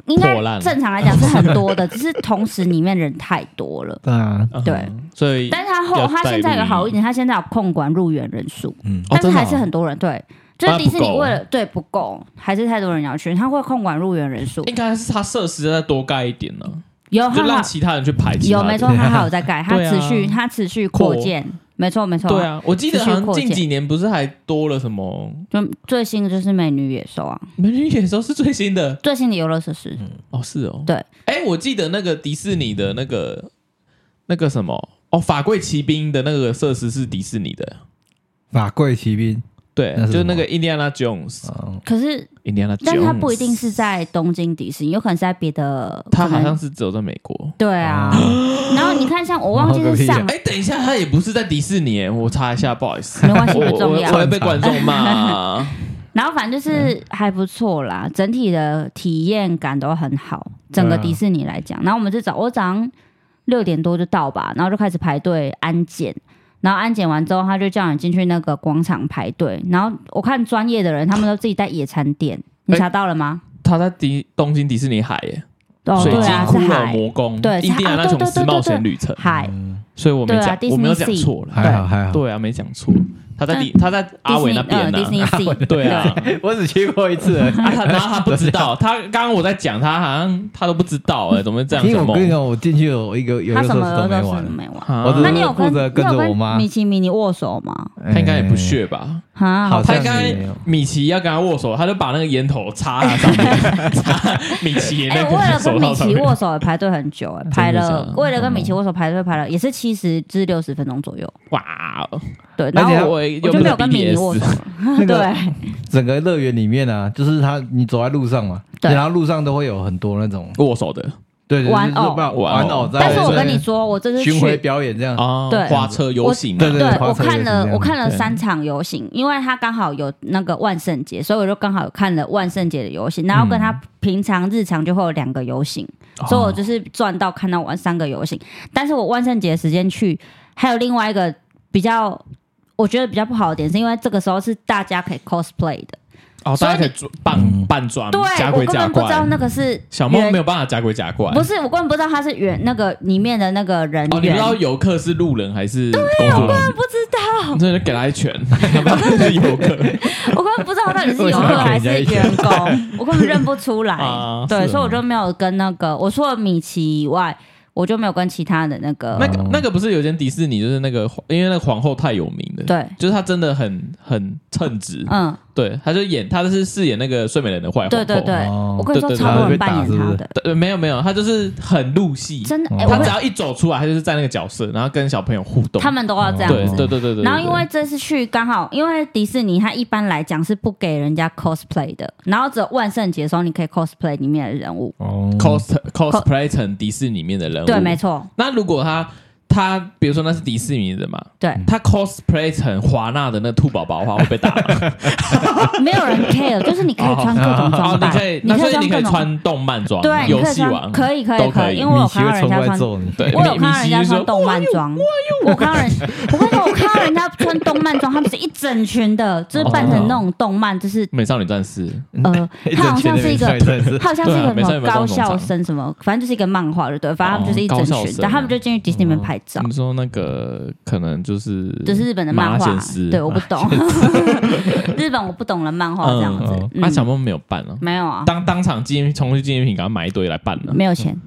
Speaker 3: 应该正常来讲是很多的，只是同时里面人太多了。
Speaker 2: 对啊，
Speaker 3: 对，
Speaker 1: 所以
Speaker 3: 但是他后他现在有好一点，他现在有控管入园人数，嗯，但是还是很多人对。就是迪士尼为了对不够，还是太多人要去，他会控管入园人数。
Speaker 1: 应该是他设施再多盖一点呢、啊，
Speaker 3: 有
Speaker 1: 就让其他人去排。
Speaker 3: 有没错，他还有在盖，他持续他持续扩建，没错没错。
Speaker 1: 对啊，我记得好像近几年不是还多了什么？
Speaker 3: 就最新的就是美女野兽啊，
Speaker 1: 美女野兽是最新的，
Speaker 3: 最新的游乐设施、
Speaker 1: 嗯。哦，是哦，
Speaker 3: 对。
Speaker 1: 哎、欸，我记得那个迪士尼的那个那个什么哦，法柜骑兵的那个设施是迪士尼的，
Speaker 2: 法柜骑兵。
Speaker 1: 对，就是那个 Indiana Jones，、嗯、
Speaker 3: 可是
Speaker 1: Indiana Jones，
Speaker 3: 但它不一定是在东京迪士尼，有可能是在别的。
Speaker 1: 它好像是只有在美国。
Speaker 3: 对啊，哦、然后你看，像我忘记是上，
Speaker 1: 哎、欸，等一下，它也不是在迪士尼，我查一下，不好意思，
Speaker 3: 没关系，不重要，
Speaker 1: 我会被观众骂。
Speaker 3: 然后反正就是还不错啦，整体的体验感都很好，整个迪士尼来讲。然后我们是早，我早上六点多就到吧，然后就开始排队安检。然后安检完之后，他就叫你进去那个广场排队。然后我看专业的人，他们都自己带野餐垫。你查到了吗？
Speaker 1: 欸、他在迪东京迪士尼海耶，
Speaker 3: 哦、
Speaker 1: 水晶骷
Speaker 3: 髅
Speaker 1: 魔宫，
Speaker 3: 对，
Speaker 1: 印第安纳琼斯冒险旅程，
Speaker 3: 海。
Speaker 1: 所以我没讲、啊，我没有讲错了，
Speaker 2: 还好还好，
Speaker 1: 对啊，没讲错。他在迪，他在阿伟那边呢、
Speaker 3: 啊。
Speaker 1: 对啊，
Speaker 2: 我只去过一次、
Speaker 1: 啊，然后他不知道，他刚刚我在讲，他好像他都不知道哎、欸，怎么会这样？
Speaker 2: 因为我跟你讲，我进去有一个有一个设施都没玩，
Speaker 3: 没玩。
Speaker 2: 啊、我
Speaker 3: 那你有跟
Speaker 2: 跟着我妈
Speaker 3: 米奇迷你握手吗？
Speaker 1: 他应该也不屑吧？
Speaker 3: 啊，
Speaker 2: 好
Speaker 1: 他刚才米奇要跟他握手，他就把那个烟头插在上面，插米奇那个手套上面。
Speaker 3: 哎、欸，为了跟米奇握手也排队很久、欸，排了为了跟米奇握手排队排了也是七十至六十分钟左右。
Speaker 1: 哇，
Speaker 3: 对，然后我我就没有跟米妮握手。对，
Speaker 2: 整个乐园里面啊，就是他你走在路上嘛，对，然后路上都会有很多那种
Speaker 1: 握手的。
Speaker 2: 对，
Speaker 3: 玩偶，
Speaker 2: 玩偶。
Speaker 3: 但是我跟你说，我这是
Speaker 2: 巡回表演这样
Speaker 1: 啊，
Speaker 3: 对，
Speaker 1: 花车游行。
Speaker 2: 对对，
Speaker 3: 我看了我看了三场游行，因为他刚好有那个万圣节，所以我就刚好看了万圣节的游行，然后跟他平常日常就会有两个游行，所以我就是赚到看到完三个游行。但是我万圣节的时间去，还有另外一个比较我觉得比较不好的点，是因为这个时候是大家可以 cosplay 的。
Speaker 1: 哦，大家可以扮扮装，假鬼假怪。
Speaker 3: 对，我根本不知道那个是
Speaker 1: 小猫没有办法假鬼假怪。
Speaker 3: 不是，我根本不知道他是原那个里面的那个人员。
Speaker 1: 哦，你不知道游客是路人还是？
Speaker 3: 对，我根本不知道。
Speaker 1: 你真的给他一拳，他是游客。
Speaker 3: 我根本不知道到底是游客还是员工，我根本认不出来。
Speaker 1: 啊、
Speaker 3: 对，所以我就没有跟那个我除了米奇以外。我就没有跟其他的那个
Speaker 1: 那个那个不是有间迪士尼，就是那个因为那个皇后太有名了，
Speaker 3: 对，
Speaker 1: 就是她真的很很称职，
Speaker 3: 嗯，
Speaker 1: 对，她就演她是饰演那个睡美人的坏皇后，
Speaker 3: 对对对，哦、我跟你说超多人扮演她的，
Speaker 1: 对，没有没有，她就是很入戏，
Speaker 3: 真的，
Speaker 1: 她只要一走出来，她就是在那个角色，然后跟小朋友互动，
Speaker 3: 他们都要这样子，
Speaker 1: 对对对 对, 对。
Speaker 3: 然后因为这次去刚好，因为迪士尼它一般来讲是不给人家 cosplay 的，然后只有万圣节的时候你可以 cosplay 里面的人物，
Speaker 1: 哦 ，cos cosplay 成迪士尼里面的人物，
Speaker 3: 对，没错。
Speaker 1: 那如果他他比如说那是迪士尼的嘛，
Speaker 3: 对，
Speaker 1: 他 cosplay 成华纳的那兔宝宝的话会被打吗？
Speaker 3: 没有人 care， 就是你可以穿各种装扮，
Speaker 1: 哦、你可以，那所以你可以穿动漫装，
Speaker 3: 对，
Speaker 1: 游戏王
Speaker 3: 可以可以
Speaker 1: 可
Speaker 3: 以，因为我有看到人家穿，
Speaker 1: 对，
Speaker 3: 我有看到人家穿动漫装，我看到人，我跟你说，我看到人家穿动漫装，他们是一整群的，就是扮成那种动漫，就是
Speaker 1: 美少女战士，
Speaker 3: 呃，他好像是一个，他好像是一个什么高校生什么，反正就是一个漫画，对，反正他们就是一整群，然后他们就进去迪士尼里面拍照。
Speaker 1: 你说那个可能就是
Speaker 3: 就是日本的漫画，对，我不懂，日本我不懂的漫画这样子。
Speaker 1: 那小梦没有办啊？
Speaker 3: 没有啊，
Speaker 1: 当当场纪念冲去纪念品，赶快买一堆来办了。
Speaker 3: 没有钱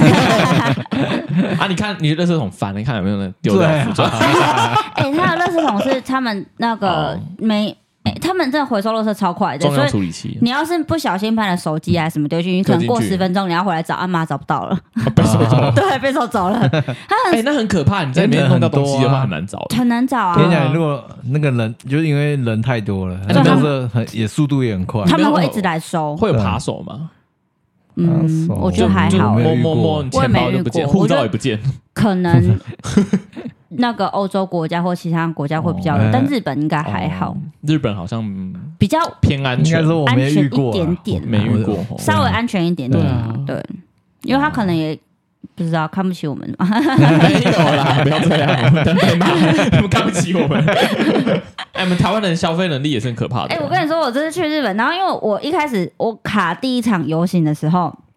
Speaker 1: 啊！你看，你的垃圾桶翻，你看有没有人丢掉服装？
Speaker 3: 哎，他的垃圾桶是他们那个没。欸、他们真的回收垃圾超快的，
Speaker 1: 重要处理器。
Speaker 3: 你要是不小心把你的手机啊什么丢进去，你可能过十分钟你要回来找，阿妈找不到了，
Speaker 1: 哦、被收走了。
Speaker 3: 对，被收走了。他很
Speaker 1: 哎、欸，那很可怕。你在里面弄到东西的话，很难找，
Speaker 3: 很难找啊。
Speaker 2: 跟你讲，如果那个人就是因为人太多了，那垃圾很也速度也很快，
Speaker 3: 他们会一直来收。
Speaker 1: 会有扒手吗？
Speaker 3: 嗯，我觉得还好。
Speaker 1: 摸摸摸，你钱包就不见，护照也不见。
Speaker 3: 可能那个欧洲国家或其他国家会比较，但日本应该还好。
Speaker 1: 日本好像
Speaker 3: 比较
Speaker 1: 偏安全，
Speaker 3: 安全一点点，
Speaker 1: 没遇过，
Speaker 3: 稍微安全一点点。对，因为他可能也不知道看不起我们嘛。
Speaker 1: 没有啦，不要这样，我们被骂，他们看不起我们。哎，我们台湾人消费能力也是很可怕的。
Speaker 3: 哎，我跟你说，我这次去日本，然后因为我一开始我卡第一场游行的时候。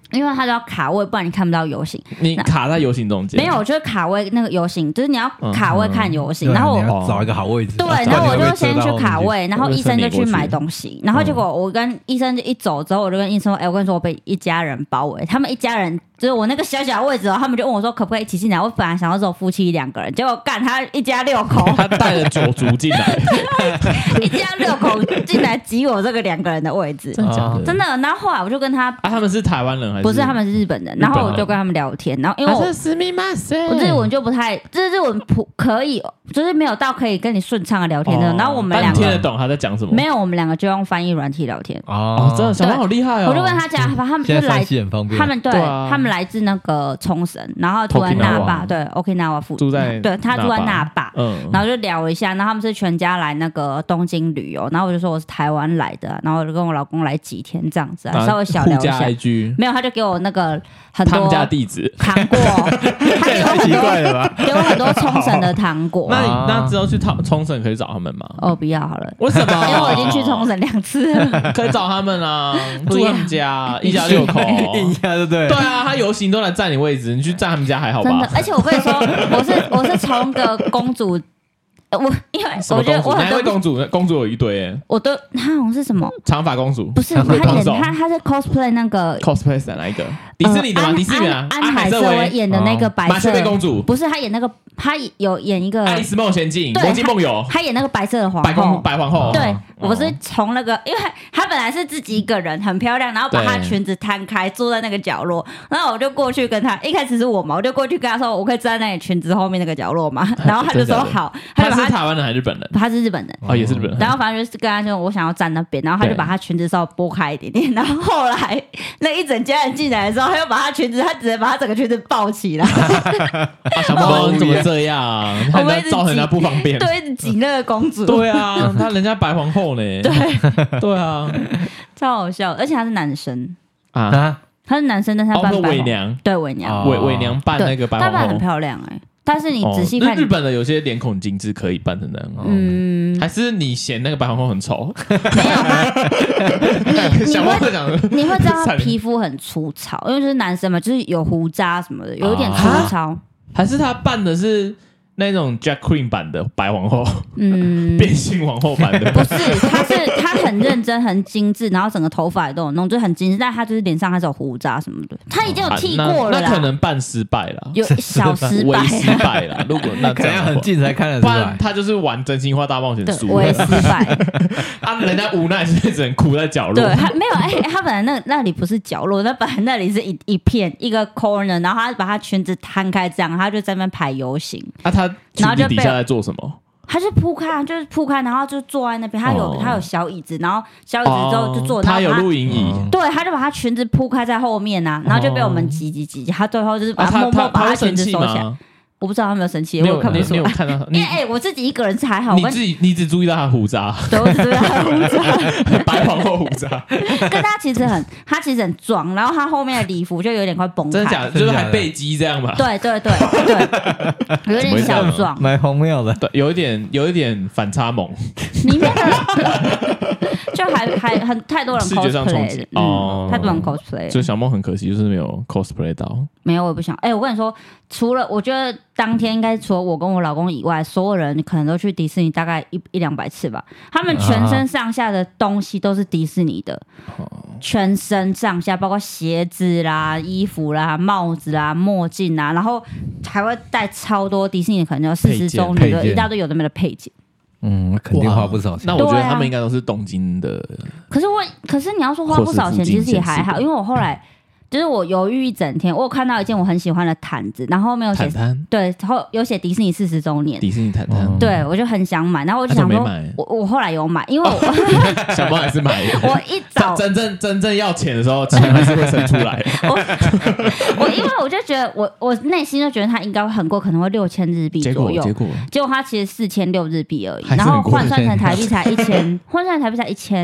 Speaker 3: 因为他都要卡位，不然你看不到游行。
Speaker 1: 你卡在游行中间？
Speaker 3: 没有，我就是卡位那个游行，就是你要卡位看游行，嗯、然后我
Speaker 2: 要找一个好位置。
Speaker 3: 对，然后我就先去卡位，然后医生就去买东西，然后结果我跟医生就一走之后，我就跟医生说：“哎、欸，我跟你说，我被一家人包围，他们一家人。”就是我那个小小的位置哦，他们就问我说可不可以一起进来。我本来想要只有夫妻两个人，结果干他一家六口，
Speaker 1: 他带了九族进来，
Speaker 3: 一家六口进来挤我这个两个人的位置，
Speaker 1: 真的假的？
Speaker 3: 真的。然后后来我就跟他，
Speaker 1: 啊，他们是台湾人还是？
Speaker 3: 不是，他们是日本人。然后我就跟他们聊天，然后因为我我日文就不太，就是日文普可以，就是没有到可以跟你顺畅的聊天的。然后我们两个
Speaker 1: 听得懂他在讲什么？
Speaker 3: 没有，我们两个就用翻译软体聊天。
Speaker 1: 哦，真的，小芳好厉害哦！
Speaker 3: 我就跟他讲，他们就来，他们对，他们来自那个。冲绳，然后住在那霸，对 ，Okinawa 附近，对他住在那霸，嗯，然后就聊了一下，然后他们是全家来那个东京旅游，然后我就说我是台湾来的，然后我就跟我老公来几天这样子，啊、稍微小聊一下，没有，他就给我那个很多
Speaker 1: 他们家地址
Speaker 3: 糖果，他给我很多，给我很多冲绳的糖果。
Speaker 1: 那你那之后去冲绳可以找他们吗？
Speaker 3: 哦，不要好了，
Speaker 1: 为什么？
Speaker 3: 因为我已经去冲绳两次了，
Speaker 1: 可以找他们啊，住他们家，一家六口，
Speaker 2: 一家对不对？
Speaker 1: 对啊，他游行都来占你位置，你去占他们家还好吧？
Speaker 3: 真的，而且我跟你说，我是我是从个公主，我因为我觉得我很多
Speaker 1: 公主，公主有一堆哎，
Speaker 3: 我都她好像是什么
Speaker 1: 长发公主，
Speaker 3: 不是她演她她是 cosplay 那个
Speaker 1: cosplay 是哪一个？迪士尼的吗？迪士尼啊，
Speaker 3: 安海瑟薇演的那个白色
Speaker 1: 马雀贝公主，
Speaker 3: 不是她演那个，她有演一个
Speaker 1: 爱丽丝梦仙境，魔镜梦游，
Speaker 3: 她演那个白色的皇
Speaker 1: 后，白皇后，
Speaker 3: 对。我是从那个，因为她本来是自己一个人，很漂亮，然后把她裙子摊开，坐在那个角落，然后我就过去跟她，一开始是我嘛，我就过去跟她说，我可以站在那里裙子后面那个角落嘛，然后她就说好。
Speaker 1: 她是台湾人还是日本人？
Speaker 3: 她是日本人，
Speaker 1: 哦，也是日本人。
Speaker 3: 然后反正就是跟她说，我想要站那边，然后她就把她裙子稍微拨开一点点，然后后来那一整家人进来的时候，她又把她裙子，她直接把她整个裙子抱起来。
Speaker 1: 小猫你怎么这样？我们造成人家不方便，
Speaker 3: 对，一直挤那个公主。
Speaker 1: 对啊，她人家白皇后呢。
Speaker 3: 对。
Speaker 1: 对啊，
Speaker 3: 超好笑，而且他是男生
Speaker 1: 啊，
Speaker 3: 他是男生，但是他扮
Speaker 1: 伪娘，
Speaker 3: 对伪娘，
Speaker 1: 伪伪娘扮那个白皇后，
Speaker 3: 他扮很漂亮哎，但是你仔细看，
Speaker 1: 日本的有些脸孔精致可以扮成那样，嗯，还是你嫌那个白皇后很丑？
Speaker 3: 没有，
Speaker 1: 小猫在讲，
Speaker 3: 你会知道他皮肤很粗糙，因为就是男生嘛，就是有胡渣什么的，有一点粗糙，
Speaker 1: 还是他扮的是？那种 Jack Queen 版的白皇后，嗯，变性皇后版的，
Speaker 3: 不是，他是他很认真、很精致，然后整个头发也都有弄，就很精致，但他就是脸上还是有胡渣什么的，他已经有剃过了啦，
Speaker 1: 那可能半失败了，
Speaker 3: 有小失败，
Speaker 1: 微失败了。如果那
Speaker 2: 可能很近才看得出来，
Speaker 1: 他就是玩真心话大冒险输了，
Speaker 3: 微失败，
Speaker 1: 啊，人家无奈是只能哭在角落，
Speaker 3: 对，他没有，哎、欸，他本来那那里不是角落，那本来那里是一一片一个 corner， 然后他把他裙子摊开这样，他就在那边排游行，
Speaker 1: 啊他。然后就底下在做什么？
Speaker 3: 他就铺开，就是铺开，然后就坐在那边。他有、哦、他有小椅子，然后小椅子之后就坐。
Speaker 1: 他有露营椅，
Speaker 3: 对，他就把他裙子铺开在后面啊，然后就被我们挤挤挤。他最后就是把他默默把他裙子收起来。我不知道他有没有生气，我有看不出来。
Speaker 1: 看到他，
Speaker 3: 因为哎、欸，我自己一个人是还好。
Speaker 1: 你自己你只注意到他胡渣，
Speaker 3: 对，我只注意到他胡渣，
Speaker 1: 白皇后胡渣。
Speaker 3: 跟他其实很，他其实很壮，然后他后面的礼服就有点快崩开。
Speaker 1: 真的假的？就是还背肌这样吧？
Speaker 3: 对对对对，有点小壮，
Speaker 2: 蛮荒谬的。
Speaker 1: 对，有一点有一点反差萌。
Speaker 3: 里面的就还还很太多人 cosplay 哦，太多人 cosplay。
Speaker 1: 所以小梦很可惜，就是没有 cosplay 到。
Speaker 3: 没有，我也不想。哎、欸，我跟你说，除了我觉得当天应该除了我跟我老公以外，所有人可能都去迪士尼大概一一两百次吧。他们全身上下的东西都是迪士尼的，啊、全身上下包括鞋子啦、衣服啦、帽子啦、墨镜啦，然后还会带超多迪士尼可能要四十周年的一大堆有的没的配件。
Speaker 2: 嗯，肯定花不少钱。
Speaker 1: 那我觉得他们应该都是东京的。啊、
Speaker 3: 可是我，可是你要说花不少钱，其实也还好，因为我后来。就是我犹豫一整天，我有看到一件我很喜欢的毯子，然后没有写，对，然后有写迪士尼四十周年，
Speaker 1: 迪士尼毯毯，
Speaker 3: 对我就很想买，然后我就想说，我我后来有买，因为我、
Speaker 1: 哦、小猫还是买，
Speaker 3: 我一早
Speaker 1: 真正真正要钱的时候，钱还是会生出来。
Speaker 3: 我, 我因为我就觉得我我内心就觉得它应该会很贵，可能会六千日币左右，
Speaker 1: 结果
Speaker 3: 结果它其实四千六日币而已，然后换算成台币才一千，换算成台币才一千。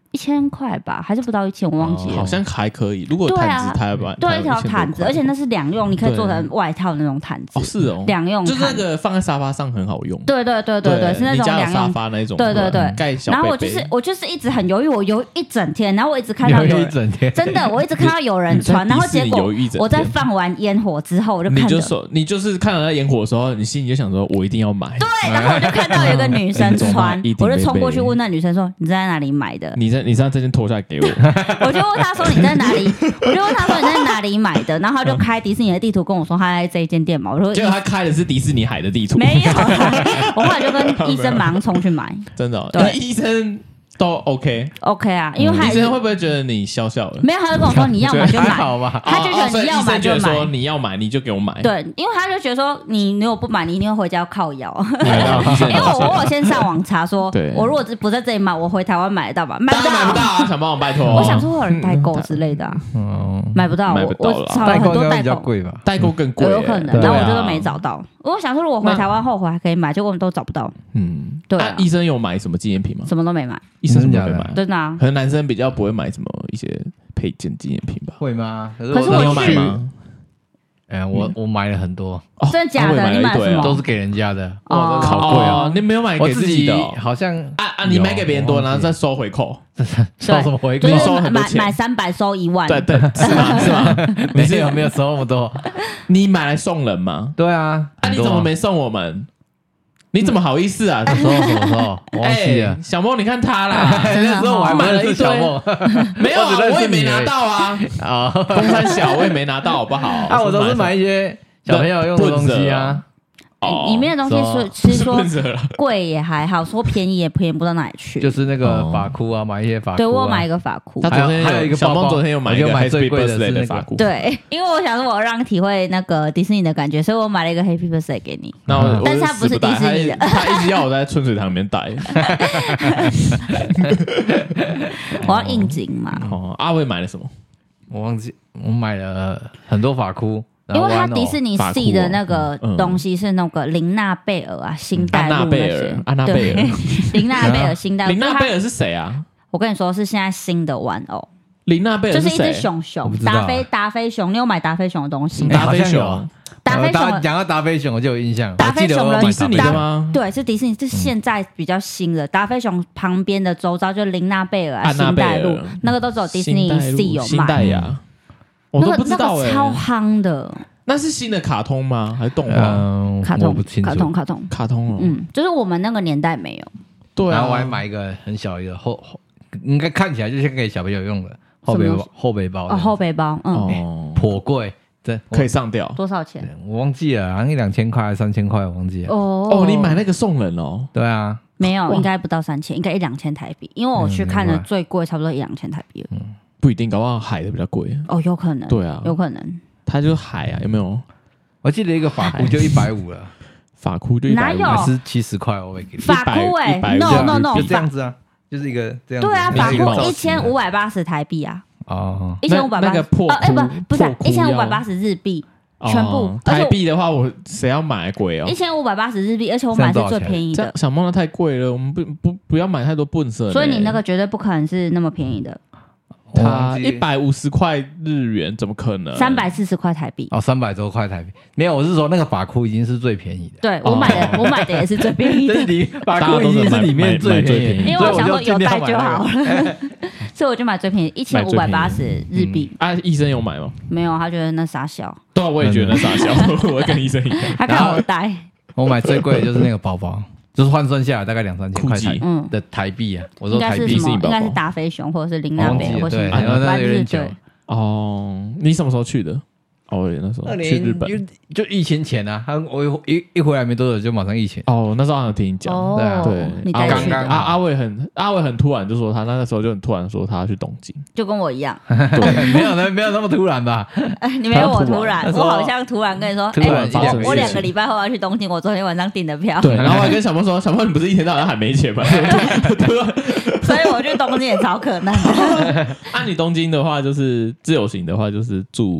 Speaker 3: 一千块吧，还是不到一千，我忘记了。
Speaker 1: 好像还可以。如果毯子台湾，
Speaker 3: 对一条毯子，而且那是两用，你可以做成外套那种毯子。
Speaker 1: 哦，是哦，
Speaker 3: 两用，
Speaker 1: 就是那个放在沙发上很好用。
Speaker 3: 对对对对对，是那种两用
Speaker 1: 沙发那种。
Speaker 3: 对对对，
Speaker 1: 盖小。
Speaker 3: 然后我就是我就是一直很犹豫，我犹豫一整天，然后我一直看到有人，
Speaker 2: 一整天
Speaker 3: 真的，我一直看到有人穿，然后结果我在放完烟火之后，我就看
Speaker 1: 你就说你就是看到那烟火的时候，你心里就想说，我一定要买。
Speaker 3: 对，然后我就看到有一个女生穿，我就冲过去问那女生说：“你在哪里买的？”
Speaker 1: 你在你上这件脱下来给我。
Speaker 3: 我就问他说你在哪里，我就问他说你在哪里买的，然后他就开迪士尼的地图跟我说他在这一间店嘛。我说
Speaker 1: 结果他开的是迪士尼海的地图，
Speaker 3: 没有，我后来就跟医生马上冲去买。
Speaker 1: 真的、哦，对，医生都 OK
Speaker 3: OK 啊，因为他
Speaker 1: 医生会不会觉得你笑笑的？
Speaker 3: 没有，他就跟我说你要买就买，
Speaker 2: 好吧？
Speaker 3: 他就觉得你要买就买，
Speaker 1: 说你要买你就给我买。
Speaker 3: 对，因为他就觉得说你如果不买，你一定会回家靠腰。因为我我先上网查说，我如果不在这里买，我回台湾买得到吧？买不到，
Speaker 1: 买不到啊！想帮我拜托，
Speaker 3: 我想说有人代购之类的，嗯，买不到，我我找了很多代购，
Speaker 2: 贵吧？
Speaker 1: 代购更贵，
Speaker 3: 有可能，然后我就都没找到。我想说如果回台湾后悔还可以买，结果我们都找不到。
Speaker 1: 嗯，
Speaker 3: 对。
Speaker 1: 医生有买什么纪念品吗？
Speaker 3: 什么都没买，
Speaker 1: 医生什么都没买，
Speaker 3: 真的啊。
Speaker 1: 可能男生比较不会买什么一些配件纪念品吧？
Speaker 2: 会吗？可
Speaker 3: 是
Speaker 1: 你有买吗？
Speaker 2: 哎，我我买了很多，
Speaker 3: 真的假的？你买什么？
Speaker 2: 都是给人家的，
Speaker 3: 哦，
Speaker 2: 好贵啊！
Speaker 1: 你没有买给自己的，
Speaker 2: 好像
Speaker 1: 啊啊！你买给别人多，然后再收回扣，
Speaker 2: 收什么回扣？
Speaker 3: 就是
Speaker 1: 收很多钱，
Speaker 3: 买三百收一万，
Speaker 1: 对对，是吗？是吗？
Speaker 2: 没有没有收那么多，
Speaker 1: 你买来送人吗？
Speaker 2: 对啊，
Speaker 1: 啊，你怎么没送我们？你怎么好意思啊？
Speaker 2: 什么时候？什么时候？我忘记了。
Speaker 1: 小梦，你看他啦，
Speaker 2: 那时候我还买了一堆，
Speaker 1: 没有啊，我也没拿到啊。啊，公三小我也没拿到，好不好？
Speaker 2: 啊，我都是买一些小朋友用的东西啊。
Speaker 3: 里面的东西是其实说贵也还好，说便宜也便宜不到哪里去。
Speaker 2: 就是那个发箍啊，买一些发箍。
Speaker 3: 对，我买一个发箍。
Speaker 1: 他昨天还有一个小梦，昨天有买一个 Happy Birthday 的发箍。
Speaker 3: 对，因为我想说我让体会那个迪士尼的感觉，所以我买了一个 Happy Birthday 给你。
Speaker 1: 那我，
Speaker 3: 但是它不是迪士尼的，
Speaker 1: 他一直要我在春水堂里面戴。
Speaker 3: 我要应景嘛。
Speaker 1: 哦，阿伟买了什么？
Speaker 2: 我忘记，我买了很多发箍。
Speaker 3: 因为它迪士尼系的那个东西是那个琳娜贝尔啊，星黛露那些，
Speaker 1: 安娜贝尔，
Speaker 3: 琳娜贝尔，星黛露。
Speaker 1: 琳娜贝尔是谁啊？
Speaker 3: 我跟你说，是现在新的玩偶。
Speaker 1: 琳娜贝尔
Speaker 3: 就是一只熊熊，达菲达菲熊。你有买达菲熊的东西？
Speaker 2: 达菲熊，
Speaker 3: 达菲熊，
Speaker 2: 讲到达菲熊我就有印象。
Speaker 3: 达菲熊的
Speaker 1: 迪士尼的吗？
Speaker 3: 对，是迪士尼，是现在比较新的。达菲熊旁边的周遭就琳娜贝尔啊，星黛露，那个都只有迪士尼系有卖。
Speaker 1: 星黛呀，我都不知道哎，
Speaker 3: 超夯的。
Speaker 1: 那是新的卡通吗？还是动画？
Speaker 2: 嗯，
Speaker 3: 卡通，卡通，卡通，
Speaker 1: 卡通哦。
Speaker 3: 嗯，就是我们那个年代没有。
Speaker 1: 对啊。
Speaker 2: 然后我还买一个很小一个后后，应该看起来就是给小朋友用的后背包，后背包。
Speaker 3: 哦，后背包，
Speaker 2: 嗯，颇贵，对，
Speaker 1: 可以上吊。
Speaker 3: 多少钱？
Speaker 2: 我忘记了，好像一两千块还是三千块，我忘记了。
Speaker 3: 哦
Speaker 1: 哦，你买那个送人哦？
Speaker 2: 对啊。
Speaker 3: 没有，应该不到三千，应该一两千台币，因为我去看的最贵，差不多一两千台币。
Speaker 1: 嗯，不一定，搞不好海的比较贵。
Speaker 3: 哦，有可能。
Speaker 1: 对啊，
Speaker 3: 有可能。
Speaker 1: 它就是海啊，有没有？
Speaker 2: 我记得一个发箍就一百五了，
Speaker 1: 发箍就一百五，
Speaker 2: 还是七十块？我会给
Speaker 3: 发箍哎 ，no no no，
Speaker 2: 就这样子啊，就是一个这样子。
Speaker 3: 对啊，发箍一千五百八十台币啊，
Speaker 2: 哦，
Speaker 3: 一千五百八十，哦哎不不是一千五百八十日币，全部
Speaker 1: 台币的话，我谁要买贵哦？
Speaker 3: 一千五百八十日币，而且我买是最便宜的。
Speaker 1: 小梦的太贵了，我们不不不要买太多笨色。
Speaker 3: 所以你那个绝对不可能是那么便宜的。
Speaker 1: 它一百五十块日元，怎么可能？
Speaker 3: 三百四十块台币
Speaker 2: 哦，三百多块台币。没有，我是说那个发箍已经是最便宜的。
Speaker 3: 对我买的，我买的也是最便宜的。
Speaker 2: 发箍已经是里面最便宜的，
Speaker 3: 因为我想说有带就好了，所以我就买最便宜，一千五百八十日币。
Speaker 1: 啊，医生有买吗？
Speaker 3: 没有，他觉得那傻小。
Speaker 1: 对啊，我也觉得那傻小，我跟医生一样。
Speaker 3: 他看我戴。
Speaker 2: 我买最贵的就是那个包包。就是换算下来大概两三千块台的台币啊，我说台币
Speaker 3: 是应该是达菲熊或者是琳娜贝尔或者
Speaker 2: 对，然后那有点久
Speaker 1: 哦。你什么时候去的？哦，那时候去日本
Speaker 2: 就疫情前啊，他我一一回来没多久就马上疫情
Speaker 1: 哦。那时候好像听你讲，对啊，对。刚刚阿阿伟很阿伟很突然就说他那个时候就很突然说他要去东京，
Speaker 3: 就跟我一样，
Speaker 2: 对，没有那没有那么突然吧？
Speaker 3: 你没有我突然，我好像突然跟你说，哎，我两个礼拜后要去东京，我昨天晚上订的票。
Speaker 1: 对，然后我还跟小梦说，小梦你不是一天到晚还没钱吗？
Speaker 3: 所以我去东京也超可能的。
Speaker 1: 按你东京的话，就是自由行的话，就是住。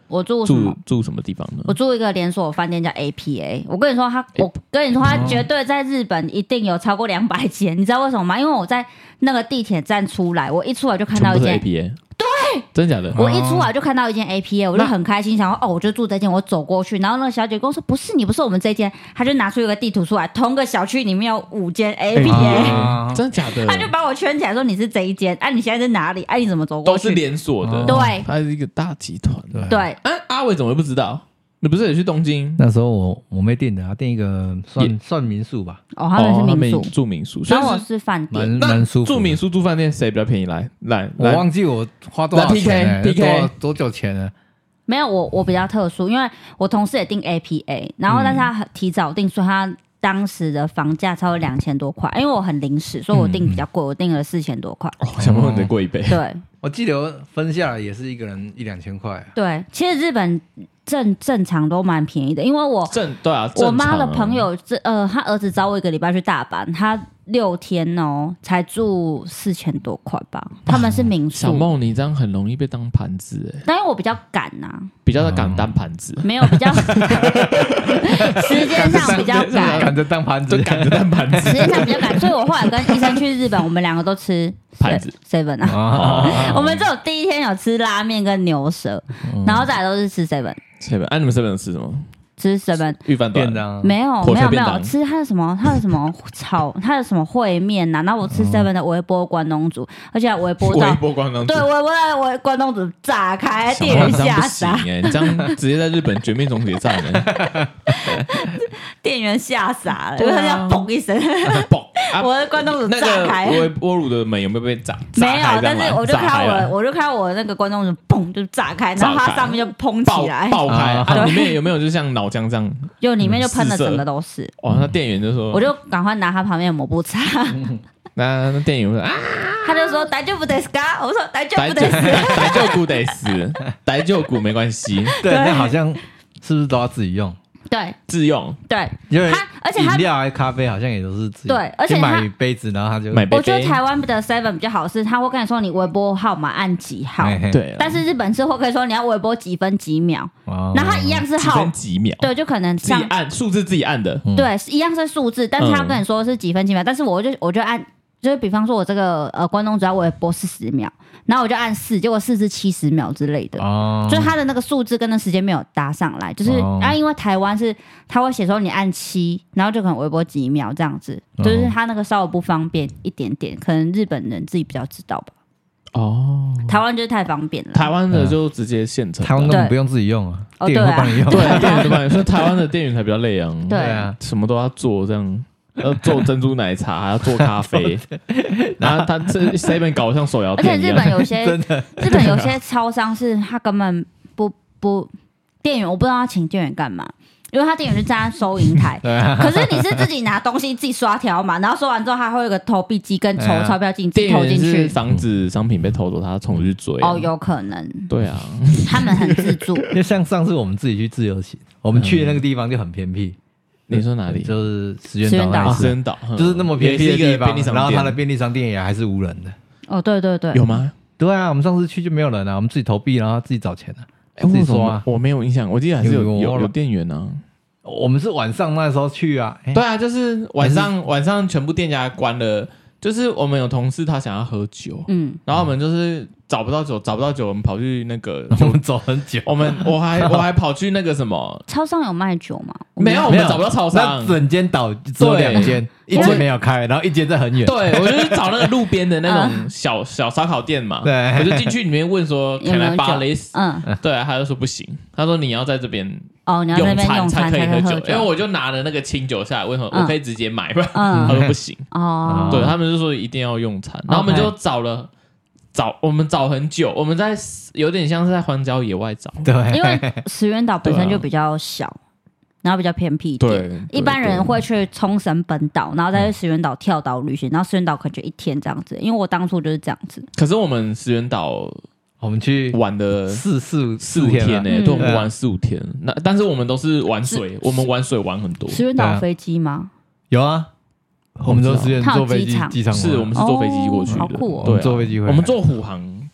Speaker 3: 我住什么？
Speaker 1: 住住什么地方呢？
Speaker 3: 我住一个连锁饭店叫 A P A。我跟你说他，我跟你说他绝对在日本一定有超过两百间，你知道为什么吗？因为我在那个地铁站出来，我一出来就看到一间
Speaker 1: A P A。
Speaker 3: 对，
Speaker 1: 真的假的？
Speaker 3: 我一出来就看到一间 A P A， 我就很开心，想说哦，我就住这间，我走过去，然后那个小姐跟我说不是，你不是我们这间，她就拿出一个地图出来，同个小区里面有五间 A P A，、
Speaker 1: 啊、真的假的？
Speaker 3: 她就把我圈起来说你是这一间，哎、啊，你现在在哪里？哎、啊，你怎么走过去？
Speaker 1: 都是连锁的，
Speaker 3: 对，
Speaker 1: 它是一个大集团。
Speaker 3: 对，
Speaker 1: 哎、啊，阿伟怎么会不知道？你不是也去东京？
Speaker 2: 那时候我我妹订的，她订一个算算民宿吧。
Speaker 3: 哦，他们是民宿，
Speaker 1: 哦、住民宿。
Speaker 3: 然后我是饭店，
Speaker 2: 蛮蛮舒服。
Speaker 1: 住民宿住饭店谁比较便宜？来来，
Speaker 2: 我忘记我花多少钱了、欸、
Speaker 1: P K
Speaker 2: 多多久钱了？
Speaker 3: 没有，我我比较特殊，因为我同事也订 A P A， 然后但是他提早订，所以他当时的房价超过两千多块。因为我很临时，所以我订比较贵，嗯、我订了四千多块。
Speaker 1: 哦，想不到你再贵一倍。
Speaker 3: 对，
Speaker 2: 我记得我分下来也是一个人一两千块、啊。
Speaker 3: 对，其实日本。正正常都蛮便宜的，因为我
Speaker 1: 正对啊，
Speaker 3: 我妈的朋友，这呃，他儿子找我一个礼拜去大阪，他六天哦，才住四千多块吧。他们是民宿。
Speaker 1: 小梦，你这样很容易被当盘子哎。
Speaker 3: 但因为我比较赶呐、啊，
Speaker 1: 比较赶当盘子，
Speaker 3: 嗯、没有比较时间上比较赶，
Speaker 2: 赶着当盘子，
Speaker 1: 赶着当盘子，
Speaker 3: 时间上比较赶，所以我后来跟医生去日本，我们两个都吃
Speaker 1: 盘子
Speaker 3: seven 啊，哦、我们只有第一天有吃拉面跟牛舌，嗯、然后再来都是吃 seven。
Speaker 1: seven， 哎、啊，你们 seven 吃什么？
Speaker 3: 吃 seven
Speaker 1: 御饭团
Speaker 3: 没有没有没有吃它的什么它的什么炒它的什么烩面呐、啊，然后我吃 seven 的微波关东煮，而且微波到
Speaker 1: 微波关东煮，
Speaker 3: 对微波到微关东煮炸开，店员吓傻，
Speaker 1: 哎，你这样直接在日本绝命终结战呢，
Speaker 3: 店员吓傻了，因为他要嘣一声，
Speaker 1: 嘣，
Speaker 3: 啊、我的关东煮炸开，
Speaker 1: 那个微波炉的门有没有被炸？
Speaker 3: 没有，但是我就看我我就看我那个关东煮嘣就炸开，然后它上面就蓬起来，
Speaker 1: 爆, 爆开，啊、里面有没有就像脑浆这样？
Speaker 3: 就里面就喷的整个都是。
Speaker 1: 哇，那店员就说，
Speaker 3: 我就赶快拿他旁边的抹布擦。
Speaker 1: 那那店员说啊，
Speaker 3: 他就说大丈夫ですか？我说大丈夫です。
Speaker 1: 大丈夫です，大丈夫没关系。
Speaker 2: 对，那好像是不是都要自己用？
Speaker 3: 对，
Speaker 1: 自用。
Speaker 3: 对，
Speaker 2: 因为
Speaker 3: 他而且
Speaker 2: 饮料还咖啡好像也都是自己
Speaker 3: 对，而且
Speaker 2: 买杯子，然后他就
Speaker 1: 买杯杯。
Speaker 3: 我觉得台湾的 seven 比较好是，他会跟你说你微波号码按几号，
Speaker 1: 对。
Speaker 3: 但是日本是会跟你说你要微波几分几秒，哦、然后他一样是号
Speaker 1: 几分几秒，
Speaker 3: 对，就可能
Speaker 1: 自己按数字自己按的，
Speaker 3: 嗯、对，一样是数字，但是他跟你说是几分几秒，嗯、但是我就我就按。就是比方说，我这个呃关东煮要微波四十秒，然后我就按四，结果四是七十秒之类的，哦、就是它的那个数字跟那时间没有搭上来，就是、哦、啊，因为台湾是它会写说你按七，然后就可能微波几秒这样子，就是它那个稍微不方便一点点，可能日本人自己比较知道吧。哦，台湾就是太方便了，
Speaker 1: 台湾的就直接现成，
Speaker 2: 台湾根本不用自己用啊，
Speaker 3: 哦、
Speaker 2: 店员会帮你用，
Speaker 1: 对啊，店员都帮你，所以台湾的店员才比较累啊，
Speaker 3: 对啊，
Speaker 1: 什么都要做这样。要做珍珠奶茶，还要做咖啡，然后他这 seven 搞像手摇店一样。
Speaker 3: 而且日本有些日本有些超商是他根本不不店员，我不知道他请店员干嘛，因为他店员就站在收银台，可是你是自己拿东西自己刷条码，然后收完之后他会有个投币机跟筹钞票进自己投进去，
Speaker 1: 防止商品被偷走，他冲去追、啊。
Speaker 3: 哦，有可能。
Speaker 1: 对啊，
Speaker 3: 他们很自助。
Speaker 2: 就像上次我们自己去自由行，我们去的那个地方就很偏僻。
Speaker 1: 你说哪里？
Speaker 2: 就是石原岛，
Speaker 1: 石原岛
Speaker 2: 就是那么偏僻的地方，然后它的便利商店也还是无人的。
Speaker 3: 哦，对对对，
Speaker 1: 有吗？
Speaker 2: 对啊，我们上次去就没有人啊，我们自己投币，然后自己找钱啊，自己刷啊。
Speaker 1: 我没有印象，我记得还是有有有店员啊。
Speaker 2: 我们是晚上那时候去啊。
Speaker 1: 对啊，就是晚上晚上全部店家关了，就是我们有同事他想要喝酒，嗯，然后我们就是找不到酒，找不到酒，我们跑去那个，
Speaker 2: 我们走很久，
Speaker 1: 我们我还我还跑去那个什么
Speaker 3: 超商有卖酒吗？
Speaker 1: 没有，我们找不到超商，
Speaker 2: 整间岛只有两间，一间没有开，然后一间在很远。
Speaker 1: 对，我就去找那个路边的那种小小烧烤店嘛，
Speaker 2: 对，
Speaker 1: 我就进去里面问说，Can I buy this？
Speaker 3: 嗯，
Speaker 1: 对，他就说不行，他说你要在这边
Speaker 3: 哦，你要在这边用餐
Speaker 1: 才可以喝
Speaker 3: 酒，
Speaker 1: 因为我就拿了那个清酒下来，问说我可以直接买吧？他说不行，哦，对他们就说一定要用餐，然后我们就找了。找我们找很久，我们在有点像是在荒郊野外找，
Speaker 2: 对，
Speaker 3: 因为石原岛本身就比较小，然后比较偏僻一点，一般人会去冲绳本岛，然后再去石原岛跳岛旅行，然后石原岛可能就一天这样子，因为我当初就是这样子。
Speaker 1: 可是我们石原岛，
Speaker 2: 我们去
Speaker 1: 玩的
Speaker 2: 四四
Speaker 1: 四五天呢、欸，对，我们玩四五天。那但是我们都是玩水，我们玩水玩很多。
Speaker 3: 石原岛有飞机吗？
Speaker 2: 有啊。我们都是坐飞机机场，
Speaker 1: 是我们是坐飞机过去的，
Speaker 3: 好酷哦！
Speaker 1: 对，
Speaker 2: 坐飞机回来，
Speaker 1: 我们坐虎航，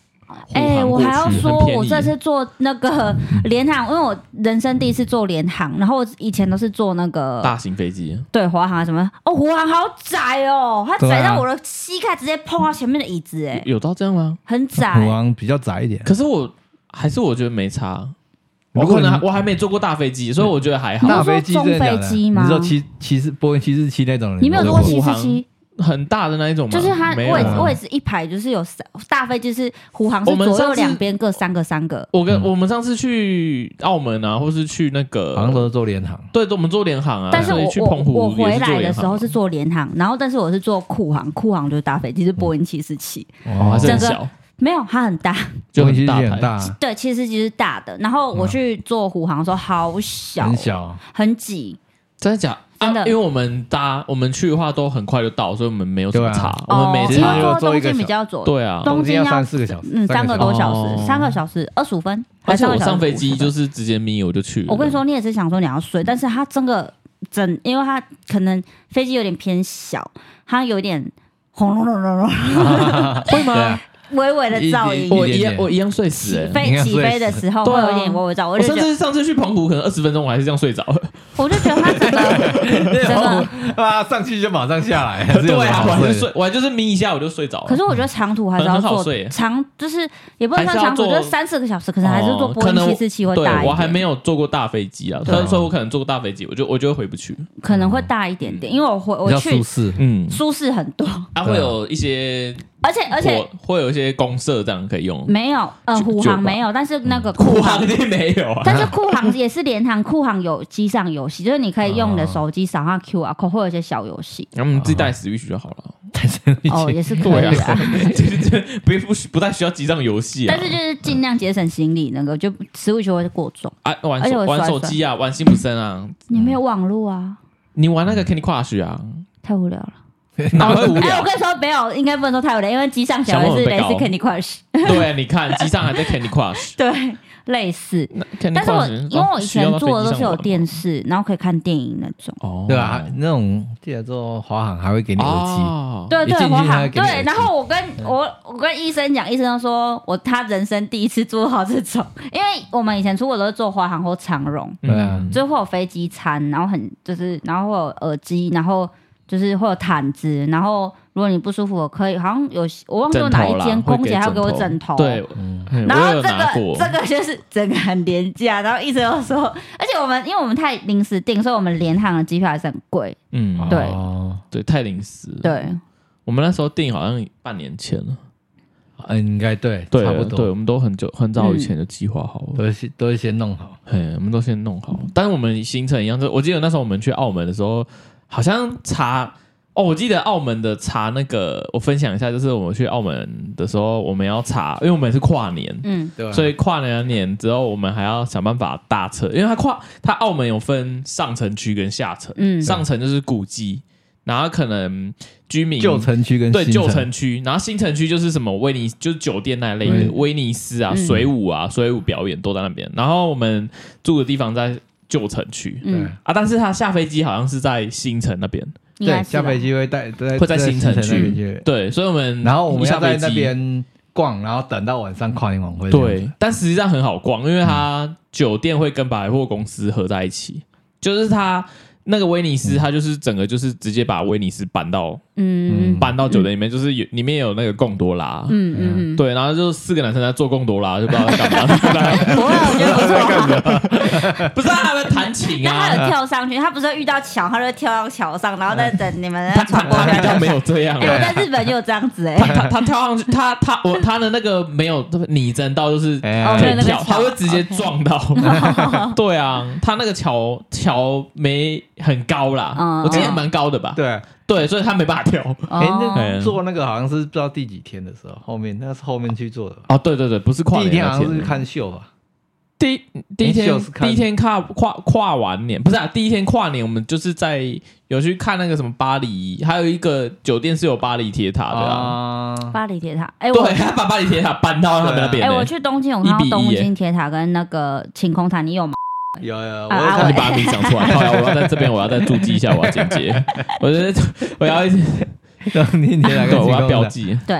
Speaker 3: 哎、欸，我还要说，我这次坐那个联航，因为我人生第一次坐联航，然后我以前都是坐那个
Speaker 1: 大型飞机，
Speaker 3: 对，华航什么，哦，华航好窄哦，它窄到我的膝盖直接碰到前面的椅子，哎，
Speaker 1: 有到这样吗？
Speaker 3: 很窄，
Speaker 2: 华航比较窄一点，
Speaker 1: 可是我还是我觉得没差。我可能我还没坐过大飞机，所以我觉得还好。
Speaker 3: 大飞机、中飞机吗？
Speaker 2: 你说七七四波音七四七那种人，
Speaker 3: 你没有坐过七四七？
Speaker 1: 很大的那一种吗？
Speaker 3: 就是它位置位置一排就是有大飞机是虎航是左右两边各三个三个。
Speaker 1: 我跟我们上次去澳门啊，或是去那个，
Speaker 2: 好像都是坐联航。
Speaker 1: 对，我们坐联航啊。
Speaker 3: 但是我
Speaker 1: 去澎湖
Speaker 3: 我回来的时候是坐联航，然后但是我是坐酷航，酷航就是大飞机，是波音七四七。
Speaker 1: 哦，还是很小。
Speaker 3: 没有，它很大，
Speaker 1: 就很大
Speaker 2: 很大。
Speaker 3: 对，其实是大的。然后我去坐虎航的时候，好小，
Speaker 2: 很小，
Speaker 3: 很挤。
Speaker 1: 真的假？真的、啊，因为我们搭我们去的话都很快就到，所以我们没有什么差。啊、我们每次
Speaker 3: 坐东京比较久，
Speaker 1: 对啊，
Speaker 3: 东京要
Speaker 2: 三四个小时，
Speaker 3: 嗯，三个多小时，哦、三个小时二十五分。
Speaker 1: 而且我上飞机就是直接眯我就去了。
Speaker 3: 我跟你说，你也是想说你要睡，但是它真的整，因为它可能飞机有点偏小，它有点轰隆隆隆隆，
Speaker 1: 会吗？
Speaker 3: 微微的噪音，
Speaker 1: 我一样我一样睡死、欸。
Speaker 3: 飞起飞的时候会有点微微噪，我
Speaker 1: 甚至上次去澎湖可能二十分钟我还是这样睡着了。
Speaker 3: 我就觉得他整个整
Speaker 2: 个啊上去就马上下来，
Speaker 1: 对啊，我还是睡，我还就是眯一下我就睡着了。
Speaker 3: 可是我觉得长途还是要坐长，就是也不能算长途，就是三四个小时，可是还是坐波音七四七会大一点。
Speaker 1: 对，我还没有坐过大飞机啊，所以说我可能坐过大飞机，我就我就会回不去，
Speaker 3: 可能会大一点点，因为我回我去
Speaker 2: 舒适，
Speaker 3: 嗯，舒适很多，
Speaker 1: 它会有一些。
Speaker 3: 而且而且
Speaker 1: 会有一些公社这样可以用，
Speaker 3: 没有，呃，虎航没有，但是那个
Speaker 1: 酷航一定没有啊。
Speaker 3: 但是酷航也是联航，酷航有机上游戏，就是你可以用你的手机扫下 Q R code， 会有一些小游戏。
Speaker 1: 然后我们自己带 Switch 就好了。
Speaker 3: 哦，也是可以啊，
Speaker 1: 就是不不不太需要机上游戏，
Speaker 3: 但是就是尽量节省行李，那个就 Switch 会过重
Speaker 1: 啊。玩手玩手机啊，玩辛普森啊，
Speaker 3: 你没有网络啊？
Speaker 1: 你玩那个 Candy Crush 啊？
Speaker 3: 太无聊了。
Speaker 1: 哪会无聊？
Speaker 3: 哎，我跟你说没有，应该不能说太无聊，因为机上小孩是类似 Candy Crush。
Speaker 1: 对，你看机上还在 Candy Crush。
Speaker 3: 对，类似。但是我因为我以前做的都是有电视，然后可以看电影那种。
Speaker 2: 哦，对啊，那种记得做华航还会给你耳机。
Speaker 3: 对对，华航对。然后我跟我我跟医生讲，医生说我他人生第一次做好这种，因为我们以前出国都是坐华航或长荣，
Speaker 2: 对啊，
Speaker 3: 就会有飞机餐，然后很就是然后会有耳机，然后。就是会有毯子，然后如果你不舒服，我可以好像有我忘记有哪一间空姐还要给我枕头，
Speaker 1: 对，
Speaker 3: 嗯、然后这个这个就是整个很廉价，然后一直都说，而且我们因为我们太临时订，所以我们联航的机票还是很贵，嗯，对、
Speaker 1: 哦、对，太临时，
Speaker 3: 对，
Speaker 1: 我们那时候订好像半年前了，
Speaker 2: 嗯，应该对，
Speaker 1: 对，
Speaker 2: 差不多，
Speaker 1: 对，我们都很久很早以前就计划好了，
Speaker 2: 嗯、都先都先弄好，
Speaker 1: 嘿，我们都先弄好，但是我们行程一样，就我记得那时候我们去澳门的时候。好像查哦，我记得澳门的查那个，我分享一下，就是我们去澳门的时候，我们要查，因为我们是跨年，嗯，对，所以跨年年之后，我们还要想办法搭车，因为它跨它澳门有分上城区跟下城，嗯，上城就是古迹，然后可能居民
Speaker 2: 旧城区跟
Speaker 1: 对旧城区，然后新城区就是什么威尼就是酒店那类的、嗯、威尼斯啊、水舞啊、水舞表演都在那边，然后我们住的地方在。旧城区，嗯啊，但是他下飞机好像是在新城那边，
Speaker 2: 对，下飞机会带
Speaker 1: 会在新城区，对，所以我们
Speaker 2: 然后我们要在那边逛，然后等到晚上跨年晚会，
Speaker 1: 对，但实际上很好逛，因为它酒店会跟百货公司合在一起，就是它那个威尼斯，它就是整个就是直接把威尼斯搬到嗯搬到酒店里面，就是有里面有那个贡多拉，嗯嗯对，然后就四个男生在做贡多拉，就不知道在干嘛。
Speaker 3: 不会，我觉得不错。
Speaker 1: 不是他还会弹琴啊，
Speaker 3: 他有跳上去，他不是遇到桥，他就跳到桥上，然后再等你们传过去。
Speaker 1: 他没有这样，
Speaker 3: 哎，我在日本就有这样子哎。
Speaker 1: 他他跳上去，他他我他的那个没有拟真到，就是可以跳，他会直接撞到。对啊，他那个桥桥没。很高啦，嗯、我记得蛮高的吧？
Speaker 2: 对
Speaker 1: 对，所以他没办法跳。
Speaker 2: 哎、哦，那做那个好像是不知道第几天的时候，后面那是后面去做的。
Speaker 1: 哦，对对对，不是跨年
Speaker 2: 第一天，好像是看秀吧。
Speaker 1: 第第一天第一天跨跨跨完年，不是啊，第一天跨年我们就是在有去看那个什么巴黎，还有一个酒店是有巴黎铁塔的啊。
Speaker 3: 呃、巴黎铁塔，哎、欸，
Speaker 1: 对，他把巴黎铁塔搬到他们那边、欸。
Speaker 3: 哎、欸，我去东京，我看到东京铁塔跟那个晴空塔，你有吗？
Speaker 2: 有有，我
Speaker 1: 看你把名讲出来，好呀，我要在这边，我要再注记一下，我要剪接，我觉得我要一直
Speaker 2: 东京铁塔跟晴空塔，
Speaker 3: 对，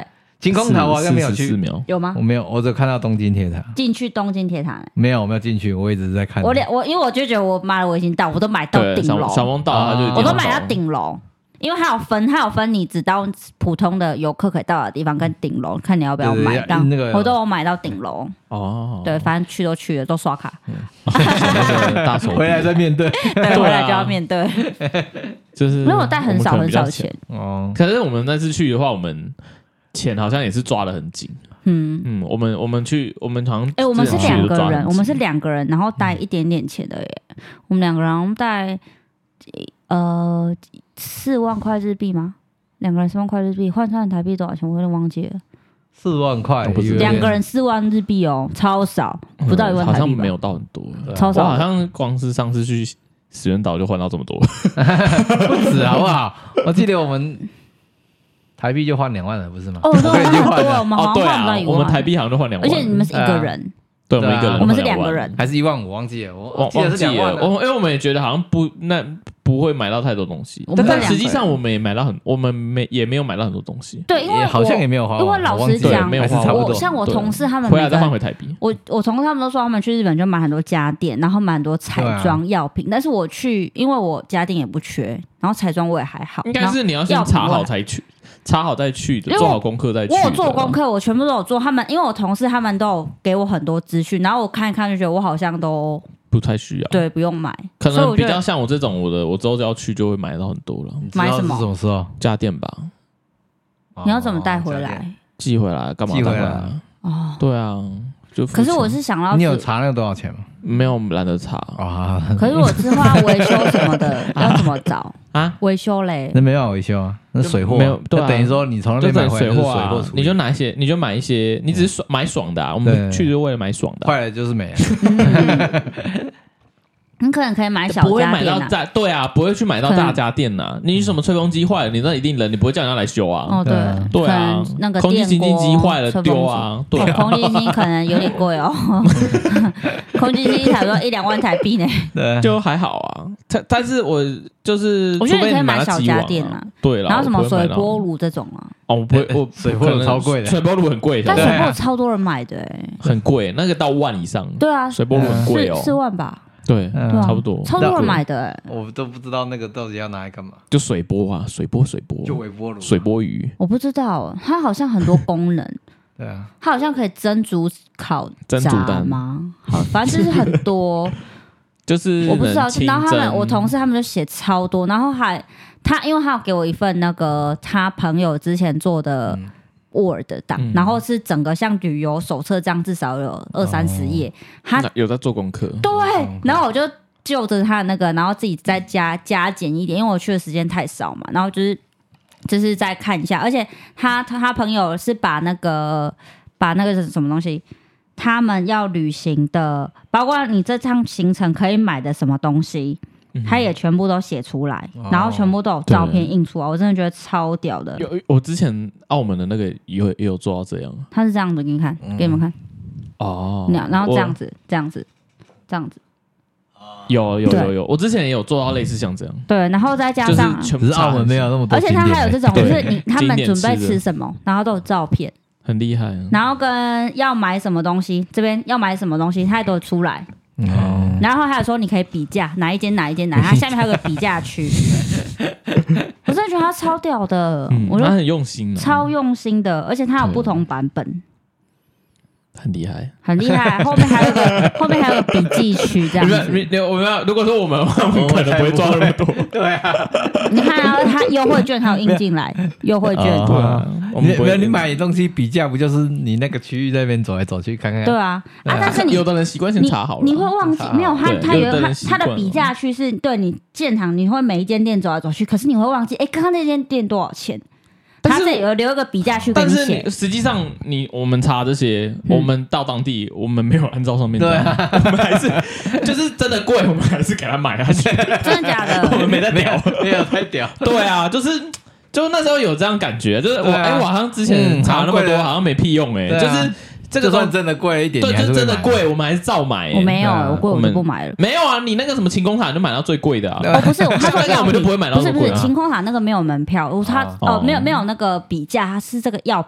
Speaker 2: 晴空塔我好像没有去，
Speaker 3: 有吗？
Speaker 2: 我没有，我只看到东京铁塔。
Speaker 3: 进去东京铁塔
Speaker 2: 没有，我没有进去，我一直在看。
Speaker 3: 我连我因为我就觉得我妈的我已经到，我都买到顶楼，
Speaker 1: 小梦到他就
Speaker 3: 我都买到顶楼。因为它有分，它有分你只到普通的游客可以到的地方跟顶楼，看你要不要买。对对对，我都有买到顶楼。哦，对，反正去都去了，都刷卡。嗯、
Speaker 2: 大手回来再面对，
Speaker 3: 对，回来就要面对。
Speaker 1: 就是
Speaker 3: 因为我带很少很少钱。
Speaker 1: 哦，可是我们那次去的话，我们钱好像也是抓得很紧。嗯嗯，我们我们去，我们好像
Speaker 3: 哎、欸，我们是两个人，我们是两个人，然后带一点点钱的耶。嗯、我们两个人我们带呃。四万块日币吗？两个人四万块日币，换算台币多少钱？我有点忘记了。
Speaker 2: 四万块，
Speaker 3: 两个人四万日币哦，超少，不到一万台币、嗯。
Speaker 1: 好像没有到很多，
Speaker 3: 超少。
Speaker 1: 我好像光是上次去石原岛就换到这么多，
Speaker 2: 不止好不好？我记得我们台币就换两万了，不是吗？
Speaker 3: 哦，对，我们
Speaker 1: 哦对
Speaker 3: 啊，
Speaker 1: 我们台币好像就换两万，
Speaker 3: 而且你们是一个人。
Speaker 1: 对，我们一个人，
Speaker 3: 我们是两个人，
Speaker 2: 还是一万五？忘记了，我
Speaker 1: 忘记了。我因为我们也觉得好像不那不会买到太多东西，但但实际上我们也买到很，我们没也没有买到很多东西。
Speaker 3: 对，因为
Speaker 2: 好像也没有花。
Speaker 3: 因为老实讲，
Speaker 1: 没有花。
Speaker 3: 我像我同事他们
Speaker 1: 回来再换回台币。
Speaker 3: 我我同事他们都说他们去日本就买很多家电，然后买很多彩妆药品。但是我去，因为我家电也不缺，然后彩妆我也还好。
Speaker 1: 应该是你要先查好才去。查好再去的，做好功课再去。
Speaker 3: 我有做功课，我全部都有做。他们因为我同事他们都有给我很多资讯，然后我看一看就觉得我好像都
Speaker 1: 不太需要，
Speaker 3: 对，不用买。
Speaker 1: 可能比较像我这种，我的我之后就要去就会买到很多了。
Speaker 3: 买什么？
Speaker 2: 什么时候？
Speaker 1: 家电吧。
Speaker 3: 你要怎么带回来？
Speaker 1: 寄回来干嘛？
Speaker 2: 寄回来
Speaker 3: 哦，
Speaker 1: 对啊。就
Speaker 3: 可是我是想要，
Speaker 2: 你有查那个多少钱吗？
Speaker 1: 没有，懒得查
Speaker 2: 啊。
Speaker 3: 可是我之后维修什么的要怎么找啊？维修嘞？
Speaker 2: 那没办法维修啊，那水货
Speaker 1: 没有。对，
Speaker 2: 等于说你从那边买回来
Speaker 1: 水货啊，你就拿一些，你就买一些，你只是爽买爽的啊。我们去就为了买爽的，
Speaker 2: 坏了就是没了。
Speaker 3: 你可能可以买小家电、啊，
Speaker 1: 不会买到大，对啊，不会去买到大家电呐、啊。你什么吹风机坏了，你那一定人，你不会叫人家来修啊。
Speaker 3: 哦，对，
Speaker 1: 对啊，
Speaker 3: 那个
Speaker 1: 空气清净机坏了丢啊，对啊。
Speaker 3: 空气清净机可能有点贵哦，空气清净机差不多一两万台币呢。
Speaker 1: 对，就还好啊。但但是我就是，
Speaker 3: 我觉得你可以买小家电啊，
Speaker 1: 对了，
Speaker 3: 然后什么水波炉这种啊。
Speaker 1: 哦，我不会，我
Speaker 2: 水波炉超贵的，
Speaker 1: 水波炉很贵，
Speaker 3: 但水波炉超多人买的，
Speaker 1: 很贵，那个到万以上。
Speaker 3: 对啊，
Speaker 1: 水波炉很贵哦，
Speaker 3: 四万吧。
Speaker 1: 对，嗯、差不多，
Speaker 3: 超多人买的、欸，
Speaker 2: 我都不知道那个到底要拿来干嘛。
Speaker 1: 就水波啊，水波水波，
Speaker 2: 就微波炉，
Speaker 1: 水波鱼。
Speaker 3: 我不知道，它好像很多功能。
Speaker 2: 对啊，
Speaker 3: 它好像可以蒸煮烤
Speaker 1: 蒸煮蛋
Speaker 3: 吗？好，反正就是很多，
Speaker 1: 就是
Speaker 3: 我不知道。然后他们，我同事他们就写超多，然后还他，因为他有给我一份那个他朋友之前做的。嗯Word 档、嗯，然后是整个像旅游手册这样，至少有二三十页。他
Speaker 1: 有在做功课，
Speaker 3: 对。然后我就就着他的那个，然后自己再加加减一点，因为我去的时间太少嘛。然后就是就是再看一下，而且他他他朋友是把那个把那个是什么东西，他们要旅行的，包括你这趟行程可以买的什么东西。他也全部都写出来、哦，然后全部都有照片印出来，我真的觉得超屌的。
Speaker 1: 有我之前澳门的那个也有也有做到这样，
Speaker 3: 他是这样子给你看，嗯、给你们看。
Speaker 1: 哦，
Speaker 3: 然后这样子，这样子，这样子。
Speaker 1: 有有有有，我之前也有做到类似像这样。
Speaker 3: 对，然后再加上，
Speaker 2: 只是澳门没有那么多，
Speaker 3: 而且他还有这种，就是你他们准备吃什么，然后都有照片，
Speaker 1: 很厉害、啊。
Speaker 3: 然后跟要买什么东西，这边要买什么东西，他也都出来。嗯、然后还有说你可以比价哪一间哪一间哪，它下面还有个比价区，我真的觉得他超屌的，
Speaker 1: 嗯、
Speaker 3: 我觉得
Speaker 1: 他很用心、啊，
Speaker 3: 超用心的，而且他有不同版本，
Speaker 1: 很厉害，
Speaker 3: 很厉害。后面还有个后面还有个笔记区这样子。
Speaker 1: 我们要如果说我们的话，我们可能不会抓那么多。对啊，
Speaker 3: 你看啊，他优惠券还有印进来，优惠券。
Speaker 2: 对啊，你没有你买东西比价，不就是你那个区域在那边走来走去看看？
Speaker 3: 对啊，啊，但是你
Speaker 1: 有的人习惯性查好了，
Speaker 3: 你会忘记没有？他他有他他的比价区是对你建行，你会每一间店走来走去，可是你会忘记，哎，刚刚那间店多少钱？他这有留一个比价区给你写，
Speaker 1: 但是实际上你我们查这些，嗯、我们到当地我们没有按照上面，对、啊，我们还是就是真的贵，我们还是给他买下去。
Speaker 3: 真的假的？
Speaker 1: 我们没在屌，
Speaker 2: 没有太屌。
Speaker 1: 对啊，就是就那时候有这样感觉，就是我哎、啊欸，我好像之前查了那么多，嗯、好像没屁用哎、欸，就是。这个
Speaker 2: 就算真的贵了一点，
Speaker 1: 对，就真的贵，我们还是照买、欸。
Speaker 3: 我没有，我贵我就不买了。
Speaker 1: 没有啊，你那个什么晴空塔就买到最贵的啊。
Speaker 3: 哦，不是，他说
Speaker 1: 那个我们就不会买到、啊。
Speaker 3: 不是不是，晴空塔那个没有门票，他哦、呃、没有没有那个比价，它是这个药品。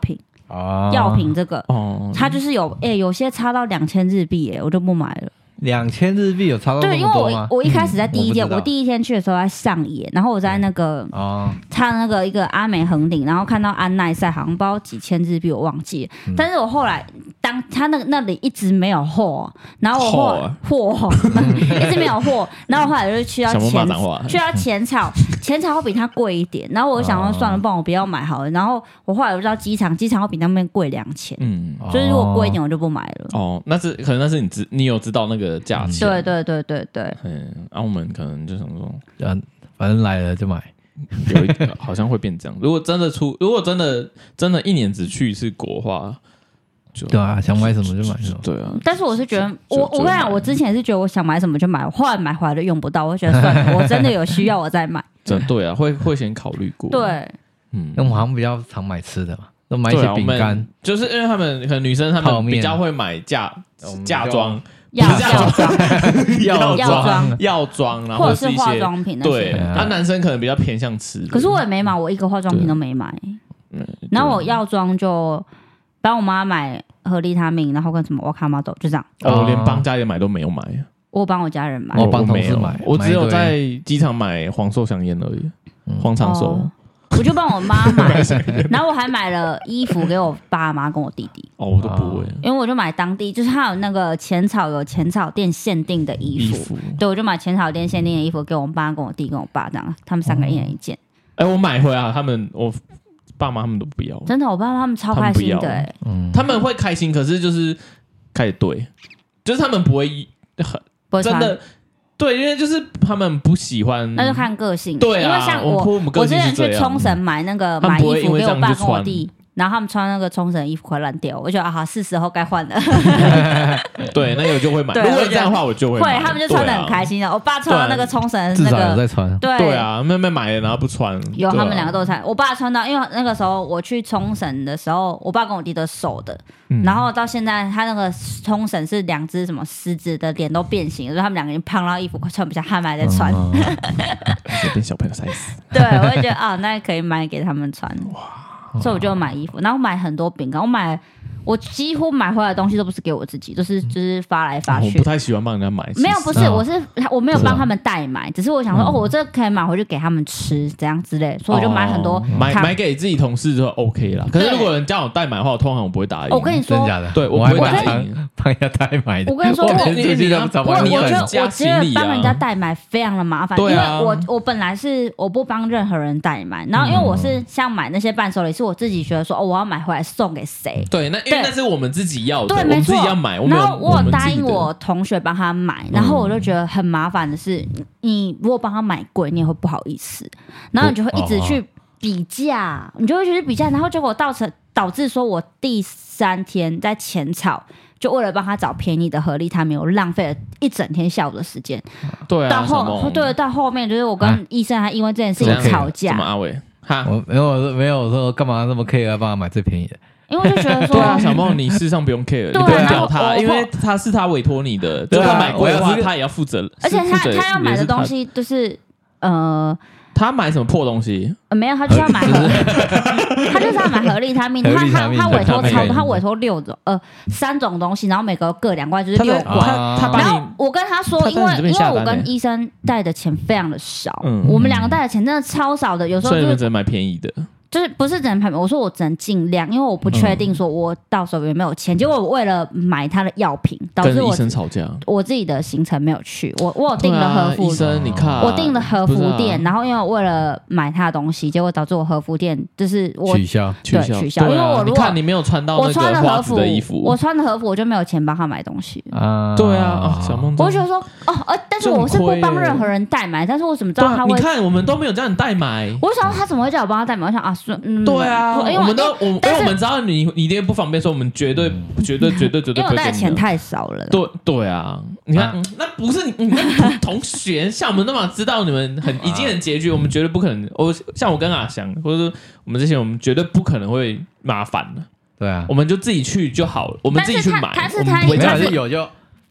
Speaker 3: 药品这个，哦，它就是有哎、欸，有些差到两千日币哎、欸，我就不买了。
Speaker 2: 两千日币有差到那么多吗？
Speaker 3: 对，因为我我一开始在第一天，嗯、我, 我第一天去的时候在上野，然后我在那个哦，他那个一个阿美横顶，然后看到安奈赛好像不知道几千日币，我忘记了。嗯、但是我后来当他那那里一直没有货，然后我后货、啊、一直没有货，然后我后来就去到浅去到浅草，浅草会比它贵一点，然后我想说算了，不然我不要买好了。然后我后来我到机场，机场会比那边贵两千，嗯，就是如果贵一点我就不买了。
Speaker 1: 哦，那是可能那是你知你有知道那个。价钱
Speaker 3: 对对对对对，
Speaker 1: 嗯，然、啊、后我们可能就想说，
Speaker 2: 嗯，反正来了就买，
Speaker 1: 有一个好像会变这样。如果真的出，如果真的真的一年只去一次国的话，就
Speaker 2: 对啊，想买什么就买什么。
Speaker 1: 对啊，
Speaker 3: 但是我是觉得，我我跟你讲，我之前是觉得我想买什么就买，后来买回来都用不到，我觉得算了，我真的有需要我再买。
Speaker 1: 真对啊，会会先考虑过。
Speaker 3: 对，
Speaker 2: 嗯，那我们好像比较常买吃的嘛。都买一些饼干、啊，
Speaker 1: 就是因为他们可能女生她们比较会买嫁嫁妆。
Speaker 3: 药妆、
Speaker 1: 药妆、药妆，然后
Speaker 3: 或者是化妆品那些。
Speaker 1: 对，那、啊、男生可能比较偏向吃。
Speaker 3: 可是我也没买，我一个化妆品都没买。然后我药妆就帮我妈买合利他命，然后跟什么瓦卡玛豆，就这样。
Speaker 1: 哦，连帮家人买都没有买。
Speaker 3: 我帮我家人买，
Speaker 2: 我帮同事买，
Speaker 1: 我只有在机场买黄寿香烟而已，嗯、黄长寿。哦
Speaker 3: 我就帮我妈买，然后我还买了衣服给我爸妈跟我弟弟。
Speaker 1: 哦，我都不会，
Speaker 3: 因为我就买当地，就是他有那个浅草有浅草店限定的衣服，衣服对，我就买浅草店限定的衣服给我爸、跟我弟、跟我爸这样，他们三个一人一件。
Speaker 1: 哎、哦欸，我买回来，他们我爸妈他们都不要，
Speaker 3: 真的，我爸妈他们超开心的、欸，
Speaker 1: 嗯，他们会开心，可是就是开始对，就是他们不会很真的。对，因为就是他们不喜欢，
Speaker 3: 那就看个性。
Speaker 1: 对啊，
Speaker 3: 因为像我，
Speaker 1: 我,
Speaker 3: 我, 我之前去冲绳买那个买衣服给我爸跟我弟，然后他们穿那个冲绳衣服快烂掉，我觉得啊，是时候该换了。
Speaker 1: 对，那个就会买。如果这样的话，我就会买。
Speaker 3: 会，他们就穿得很开心的。啊、我爸穿到那个冲绳那个，
Speaker 2: 至少有在穿。
Speaker 3: 对
Speaker 1: 对啊，妹妹买了然后不穿。
Speaker 3: 有，他们两个都穿。我爸穿到，因为那个时候我去冲绳的时候，我爸跟我弟都瘦的。嗯、然后到现在，他那个冲绳是两只什么狮子的脸都变形，所以他们两个人胖到衣服快穿不下，他们还在穿，
Speaker 1: 嗯、变小朋友 size。
Speaker 3: 对，我就觉得啊，那可以买给他们穿。哇！所以我就买衣服，然后买很多饼干，我买。我几乎买回来的东西都不是给我自己，都是就是发来发去。
Speaker 1: 我不太喜欢帮人家买。
Speaker 3: 没有，不是，我是我没有帮他们代买，只是我想说，哦，我这可以买回去给他们吃，这样之类，所以我就买很多。
Speaker 1: 买买给自己同事就 OK 啦。可是如果人叫我代买的话，我通常我不会答应。
Speaker 3: 我跟你说，
Speaker 2: 真假的？
Speaker 1: 对，我不会答应
Speaker 2: 帮人家代买的。
Speaker 3: 我跟你说，我
Speaker 2: 你你你
Speaker 3: 我我觉得我觉得帮人家代买非常的麻烦，因为我我本来是我不帮任何人代买，然后因为我是像买那些伴手礼，是我自己觉得说，哦，我要买回来送给谁？
Speaker 1: 对，那因为那是我们自己。要的
Speaker 3: 对，没错。然后
Speaker 1: 我
Speaker 3: 有答应我同学帮他买，然后我就觉得很麻烦的是，你如果帮他买贵，你也会不好意思，然后你就会一直去比价，你就会去比价，然后结果造成导致说我第三天在浅草，就为了帮他找便宜的合利，他没有浪费了一整天下午的时间。
Speaker 1: 对啊，
Speaker 3: 到后对到后面就是我跟医生还因为这件事情吵架。
Speaker 1: 怎么阿伟？哈，
Speaker 2: 我没有没有说干嘛那么 care 要帮他买最便宜的。
Speaker 3: 因为我就觉得说，
Speaker 1: 对啊，小梦，你事实上不用 care， 你不用屌他，因为他是他委托你的，就他买贵的话，他也要负责。
Speaker 3: 而且他他要买的东西就是呃，
Speaker 1: 他买什么破东西？
Speaker 3: 呃、没有，他就是要买合，他就是要买合利他命，他他他委托超多，他委托六种呃三种东西，然后每个各两罐，就是六罐。
Speaker 1: 他他
Speaker 3: 然后我跟他说，因为因为我跟医生带的钱非常的少，嗯、我们两个带的钱真的超少的，有时候就是
Speaker 1: 只能买便宜的。
Speaker 3: 就是不是只能排名，我说我只能尽量，因为我不确定说我到时候有没有钱。嗯、结果我为了买他的药品，导致我
Speaker 1: 跟医生吵架，
Speaker 3: 我自己的行程没有去。我我有订了和服，
Speaker 1: 医生你看，
Speaker 3: 我订了和服店，啊、然后因为我为了买他的东西，结果导致我和服店就是我
Speaker 2: 取消
Speaker 3: 对取消，取消
Speaker 1: 啊、
Speaker 3: 因为我如果
Speaker 1: 你看你没有穿到那个花子的衣服，
Speaker 3: 我穿的和服我就没有钱帮他买东西
Speaker 1: 啊。对啊，哦、小梦，
Speaker 3: 我就觉得说哦，呃，但是我是不帮任何人代买，但是我怎么知道他会？
Speaker 1: 你看我们都没有叫你代买，
Speaker 3: 我想他怎么会叫我帮他代买？我想啊，嗯，
Speaker 1: 对啊。啊，
Speaker 3: 因为
Speaker 1: 我们都我，因为我们知道你你一定不方便，所以我们绝对绝对绝对绝对
Speaker 3: 因为我带的钱太少了。
Speaker 1: 对对啊，你看，啊、那不是你那同学，像我们那么知道你们很已经很拮据，我们绝对不可能。我像我跟阿翔，或者说我们这些，我们绝对不可能会麻烦的。
Speaker 2: 对啊，
Speaker 1: 我们就自己去就好了，我们自己去买。
Speaker 3: 但是他，他是他
Speaker 2: 没有是有就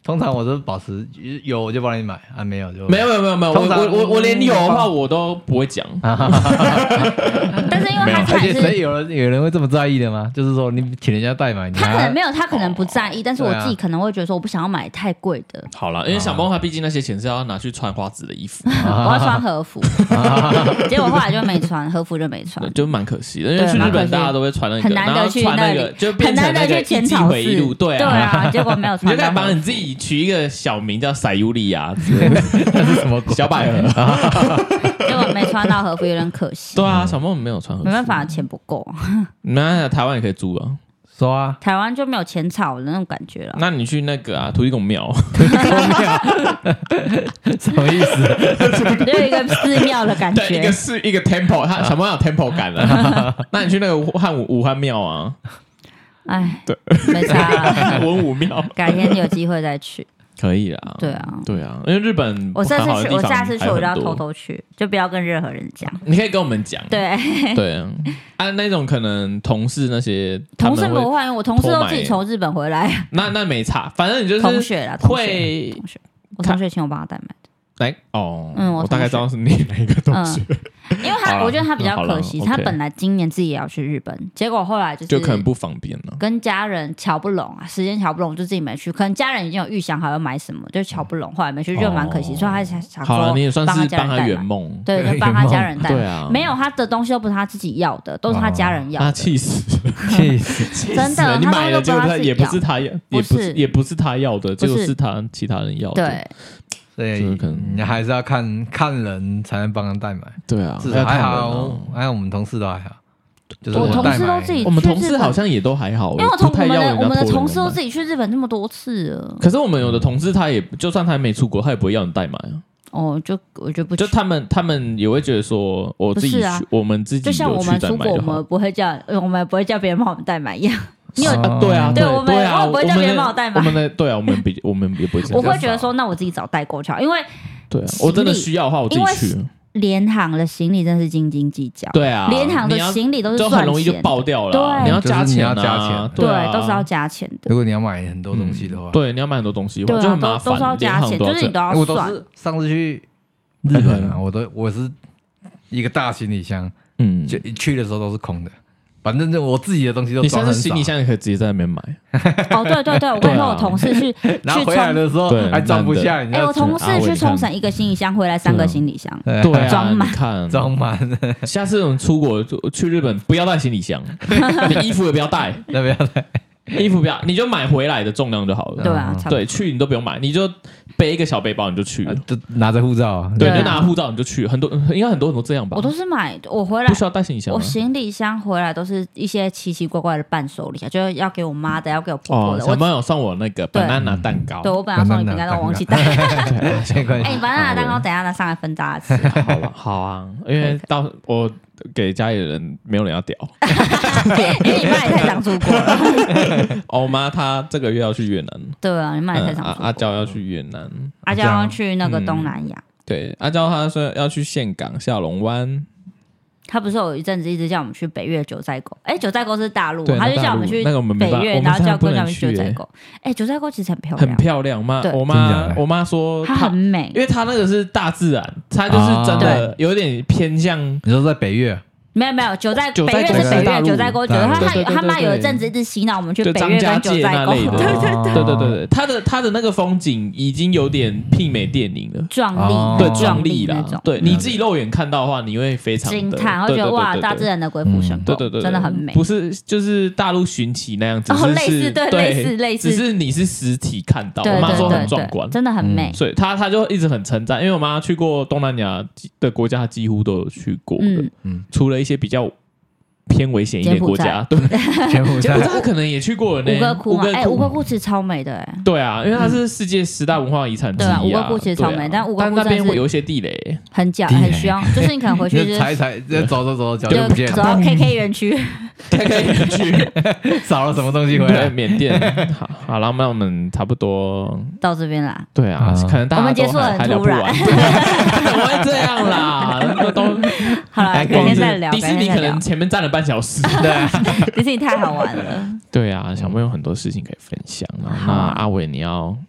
Speaker 2: 通常我都保持有我就帮你买啊，没有就
Speaker 1: 没有没有没有没有，我我我我连有的话我都不会讲。
Speaker 3: 但是因为他
Speaker 2: 而且谁有人有人会这么在意的吗？就是说你请人家代买，
Speaker 3: 他可能没有，他可能不在意，但是我自己可能会觉得说我不想要买太贵的。
Speaker 1: 好了，因为小梦他毕竟那些钱是要拿去穿花子的衣服，
Speaker 3: 我要穿和服，结果后来就没穿和服就没穿，
Speaker 1: 就蛮可惜的。因为去日本大家都会穿那个，
Speaker 3: 很难得去
Speaker 1: 那个，就变成那个一季回忆录，对啊，
Speaker 3: 对啊，结果没有穿。
Speaker 1: 你就可以帮你自己取一个小名叫塞尤里亚，那是什么小百合？
Speaker 3: 结果没穿到和服有点可惜。
Speaker 1: 对啊，小梦没有穿和服，
Speaker 3: 没办法，钱不够。
Speaker 1: 那台湾也可以租啊。
Speaker 2: 说啊，
Speaker 3: 台湾就没有浅草的那种感觉了。
Speaker 1: 那你去那个啊，土地公庙，
Speaker 2: 土地公庙什么意思？
Speaker 3: 就有一个寺庙的感觉，
Speaker 1: 对，一个是一个 temple， 他小朋友有 temple 感了。那你去那个汉武武汉庙啊？
Speaker 3: 哎，
Speaker 1: 对，
Speaker 3: 没差了。
Speaker 1: 文武庙，
Speaker 3: 改天有机会再去。
Speaker 1: 可以啦，
Speaker 3: 对啊，
Speaker 1: 对啊，因为日本
Speaker 3: 我这次去，我下次去我就要偷偷去，就不要跟任何人讲。
Speaker 1: 你可以跟我们讲，
Speaker 3: 对
Speaker 1: 对啊，啊那种可能同事那些，
Speaker 3: 同事不会，我同事都自己从日本回来，
Speaker 1: 那那没差，反正你就是
Speaker 3: 同学啦，
Speaker 1: 会
Speaker 3: 同学，我同学请我帮他代买的。
Speaker 1: 来哦，嗯，我大概知道是你哪一个同学，
Speaker 3: 嗯、因为他我觉得他比较可惜，他本来今年自己也要去日本，结果后来就是
Speaker 1: 就可能不方便了，
Speaker 3: 跟家人瞧不拢啊，时间瞧不拢，就自己没去。可能家人已经有预想好要买什么，就瞧不拢，后来没去，就蛮可惜。所以他才想说，
Speaker 1: 你也算是帮他圆梦，
Speaker 3: 对，就帮他家人带。
Speaker 1: 对啊，
Speaker 3: 没有他的东西都不是他自己要的，都是他家人要的。
Speaker 1: 他气死，
Speaker 2: 气死，
Speaker 3: 真的，
Speaker 1: 你买了结果他也不是他要，也不
Speaker 3: 是
Speaker 1: 也不是他要的，结果是他其他人要的。
Speaker 3: 对。
Speaker 2: 所以可能你还是要看看人才能帮他代买。
Speaker 1: 对啊，
Speaker 2: 至少还好，还有我们同事都还好。就是
Speaker 3: 我同事都自己，
Speaker 1: 我们同事好像也都还好，
Speaker 3: 因为我同我们的我们的同事都自己去日本这么多次了。
Speaker 1: 可是我们有的同事他也就算他没出国，他也不会要你代买啊。
Speaker 3: 哦，就我觉得不，
Speaker 1: 就他们他们也会觉得说，我自己去，我们自己
Speaker 3: 就像我们出国，我们不会叫我们不会叫别人帮我们代买一样。
Speaker 1: 你有啊？对啊，
Speaker 3: 对我们
Speaker 1: 我
Speaker 3: 不会叫别人帮我代买。
Speaker 1: 我们的对啊，我们比我们也不会这样。
Speaker 3: 我会觉得说，那我自己找代购就好，因为
Speaker 1: 对啊，我真的需要的话，我自己去。
Speaker 3: 联航的行李真是斤斤计较，
Speaker 1: 对啊，
Speaker 3: 联航的行李都是
Speaker 1: 就很容易就爆掉了，
Speaker 3: 对，
Speaker 1: 你要加钱
Speaker 2: 啊，
Speaker 3: 对，都是要加钱的。
Speaker 2: 如果你要买很多东西的话，
Speaker 1: 对，你要买很多东西的话就很麻烦，
Speaker 3: 都是要加钱，就是你都要算。
Speaker 2: 我都是上次去日本啊，我都我是一个大行李箱，嗯，就一去的时候都是空的。反正我自己的东西都装很少。
Speaker 1: 你现在行李箱也可以直接在那边买。
Speaker 3: 哦，对对对，我跟你说，我同事去
Speaker 2: 然后回来的时候还装不下。
Speaker 3: 哎，我同事去冲绳一个行李箱回来三个行李箱，
Speaker 1: 对啊，
Speaker 3: 装满，
Speaker 1: 看
Speaker 2: 装满。
Speaker 1: 下次我们出国去日本不要带行李箱，你衣服也不要带，
Speaker 2: 那不要带。
Speaker 1: 衣服不要，你就买回来的重量就好了。
Speaker 3: 对啊，
Speaker 1: 对，去你都不用买，你就背一个小背包你就去了，
Speaker 2: 就拿着护照啊。
Speaker 1: 对，就拿护照你就去，很多应该很多人都这样吧。
Speaker 3: 我都是买，我回来
Speaker 1: 不需要带行李箱。
Speaker 3: 我行李箱回来都是一些奇奇怪怪的伴手礼，就是要给我妈的，要给我婆婆的。
Speaker 1: 小朋友送我那个 banana 蛋糕，
Speaker 3: 对我本来送你饼干，但我忘记带。哎，banana 蛋糕等一下拿上来分大家吃。
Speaker 1: 好了，好啊，因为到我。给家里人没有人要屌，
Speaker 3: 因为你妈也太常出国了。
Speaker 1: 我妈她这个月要去越南，
Speaker 3: 对啊，你妈也太常出国。
Speaker 1: 阿娇要去越南，
Speaker 3: 阿娇要去那个东南亚。
Speaker 1: 对，阿娇她说要去岘港、下龙湾。
Speaker 3: 他不是有一阵子一直叫我们去北越九寨沟？哎，九寨沟是大陆，他就叫我们去北越，然后叫跟我们去九寨沟。哎，九寨沟其实很漂亮，
Speaker 1: 很漂亮吗？我妈我妈说
Speaker 3: 它很美，
Speaker 1: 因为它那个是大自然，它就是真的有点偏向。
Speaker 2: 你说在北越？
Speaker 3: 没有没有，九寨北越是北越，九寨沟九寨，他他他妈有一阵子一直洗脑我们去北越跟九寨沟，对对
Speaker 1: 对对对对，他的他的那个风景已经有点媲美电影了，
Speaker 3: 壮丽，
Speaker 1: 对壮丽啦，对你自己肉眼看到的话，你会非常
Speaker 3: 惊叹，会觉得哇，大自然的鬼斧神工，
Speaker 1: 对对对，
Speaker 3: 真的很美，
Speaker 1: 不是就是大陆寻奇那样子，
Speaker 3: 哦，类似对类似类似，
Speaker 1: 只是你是实体看到，我妈说很壮观，
Speaker 3: 真的很美，
Speaker 1: 所以她她就一直很称赞，因为我妈去过东南亚的国家，她几乎都有去过的，嗯，除了一些比较。偏危险一点国家，对，
Speaker 2: 柬埔寨
Speaker 1: 他可能也去过了呢。
Speaker 3: 吴哥窟，哎，吴哥窟其实超美的，哎，
Speaker 1: 对啊，因为它是世界十大文化遗产之一啊。
Speaker 3: 吴哥窟其实超美，但吴哥窟
Speaker 1: 那边会有一些地雷，
Speaker 3: 很假，很需要，就是你可能回去就
Speaker 2: 踩踩，走走走，脚
Speaker 3: 就
Speaker 2: 不见，
Speaker 3: 走到 K K 园区
Speaker 1: ，K K 园区
Speaker 2: 少了什么东西回来？
Speaker 1: 缅甸。好，好，然后那我们差不多
Speaker 3: 到这边啦。
Speaker 1: 对啊，可能大家
Speaker 3: 我们结束很突然，
Speaker 1: 怎么会这样啦？都
Speaker 3: 好了，改天再聊。
Speaker 1: 迪士尼可能前面站了半小时，对。
Speaker 3: 迪士尼太好玩了，
Speaker 1: 对啊，小朋友有很多事情可以分享啊。那阿伟，你要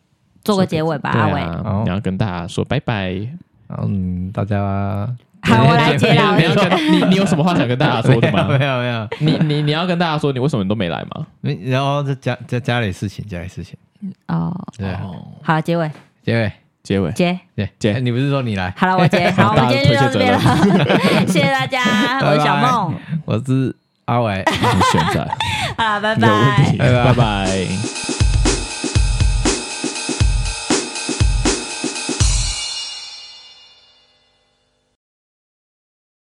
Speaker 3: 做个结尾吧，阿伟。
Speaker 1: 你要跟大家说拜拜。
Speaker 2: 嗯，大家。
Speaker 3: 好，我来接了。
Speaker 1: 你要跟你你有什么话想跟大家说的吗？
Speaker 2: 没有没有。
Speaker 1: 你你你要跟大家说，你为什么你都没来吗？
Speaker 2: 然后在家在家里事情，家里事情。
Speaker 3: 哦，对。好，结尾，
Speaker 2: 结尾，
Speaker 1: 结尾，
Speaker 3: 结
Speaker 2: 结结。你不是说你来？
Speaker 3: 好了，我结。好，我们今天就到这边了。谢谢大家，我是小梦，
Speaker 2: 我是阿伟，
Speaker 1: 现在。
Speaker 3: 好了，拜拜，
Speaker 1: 拜拜。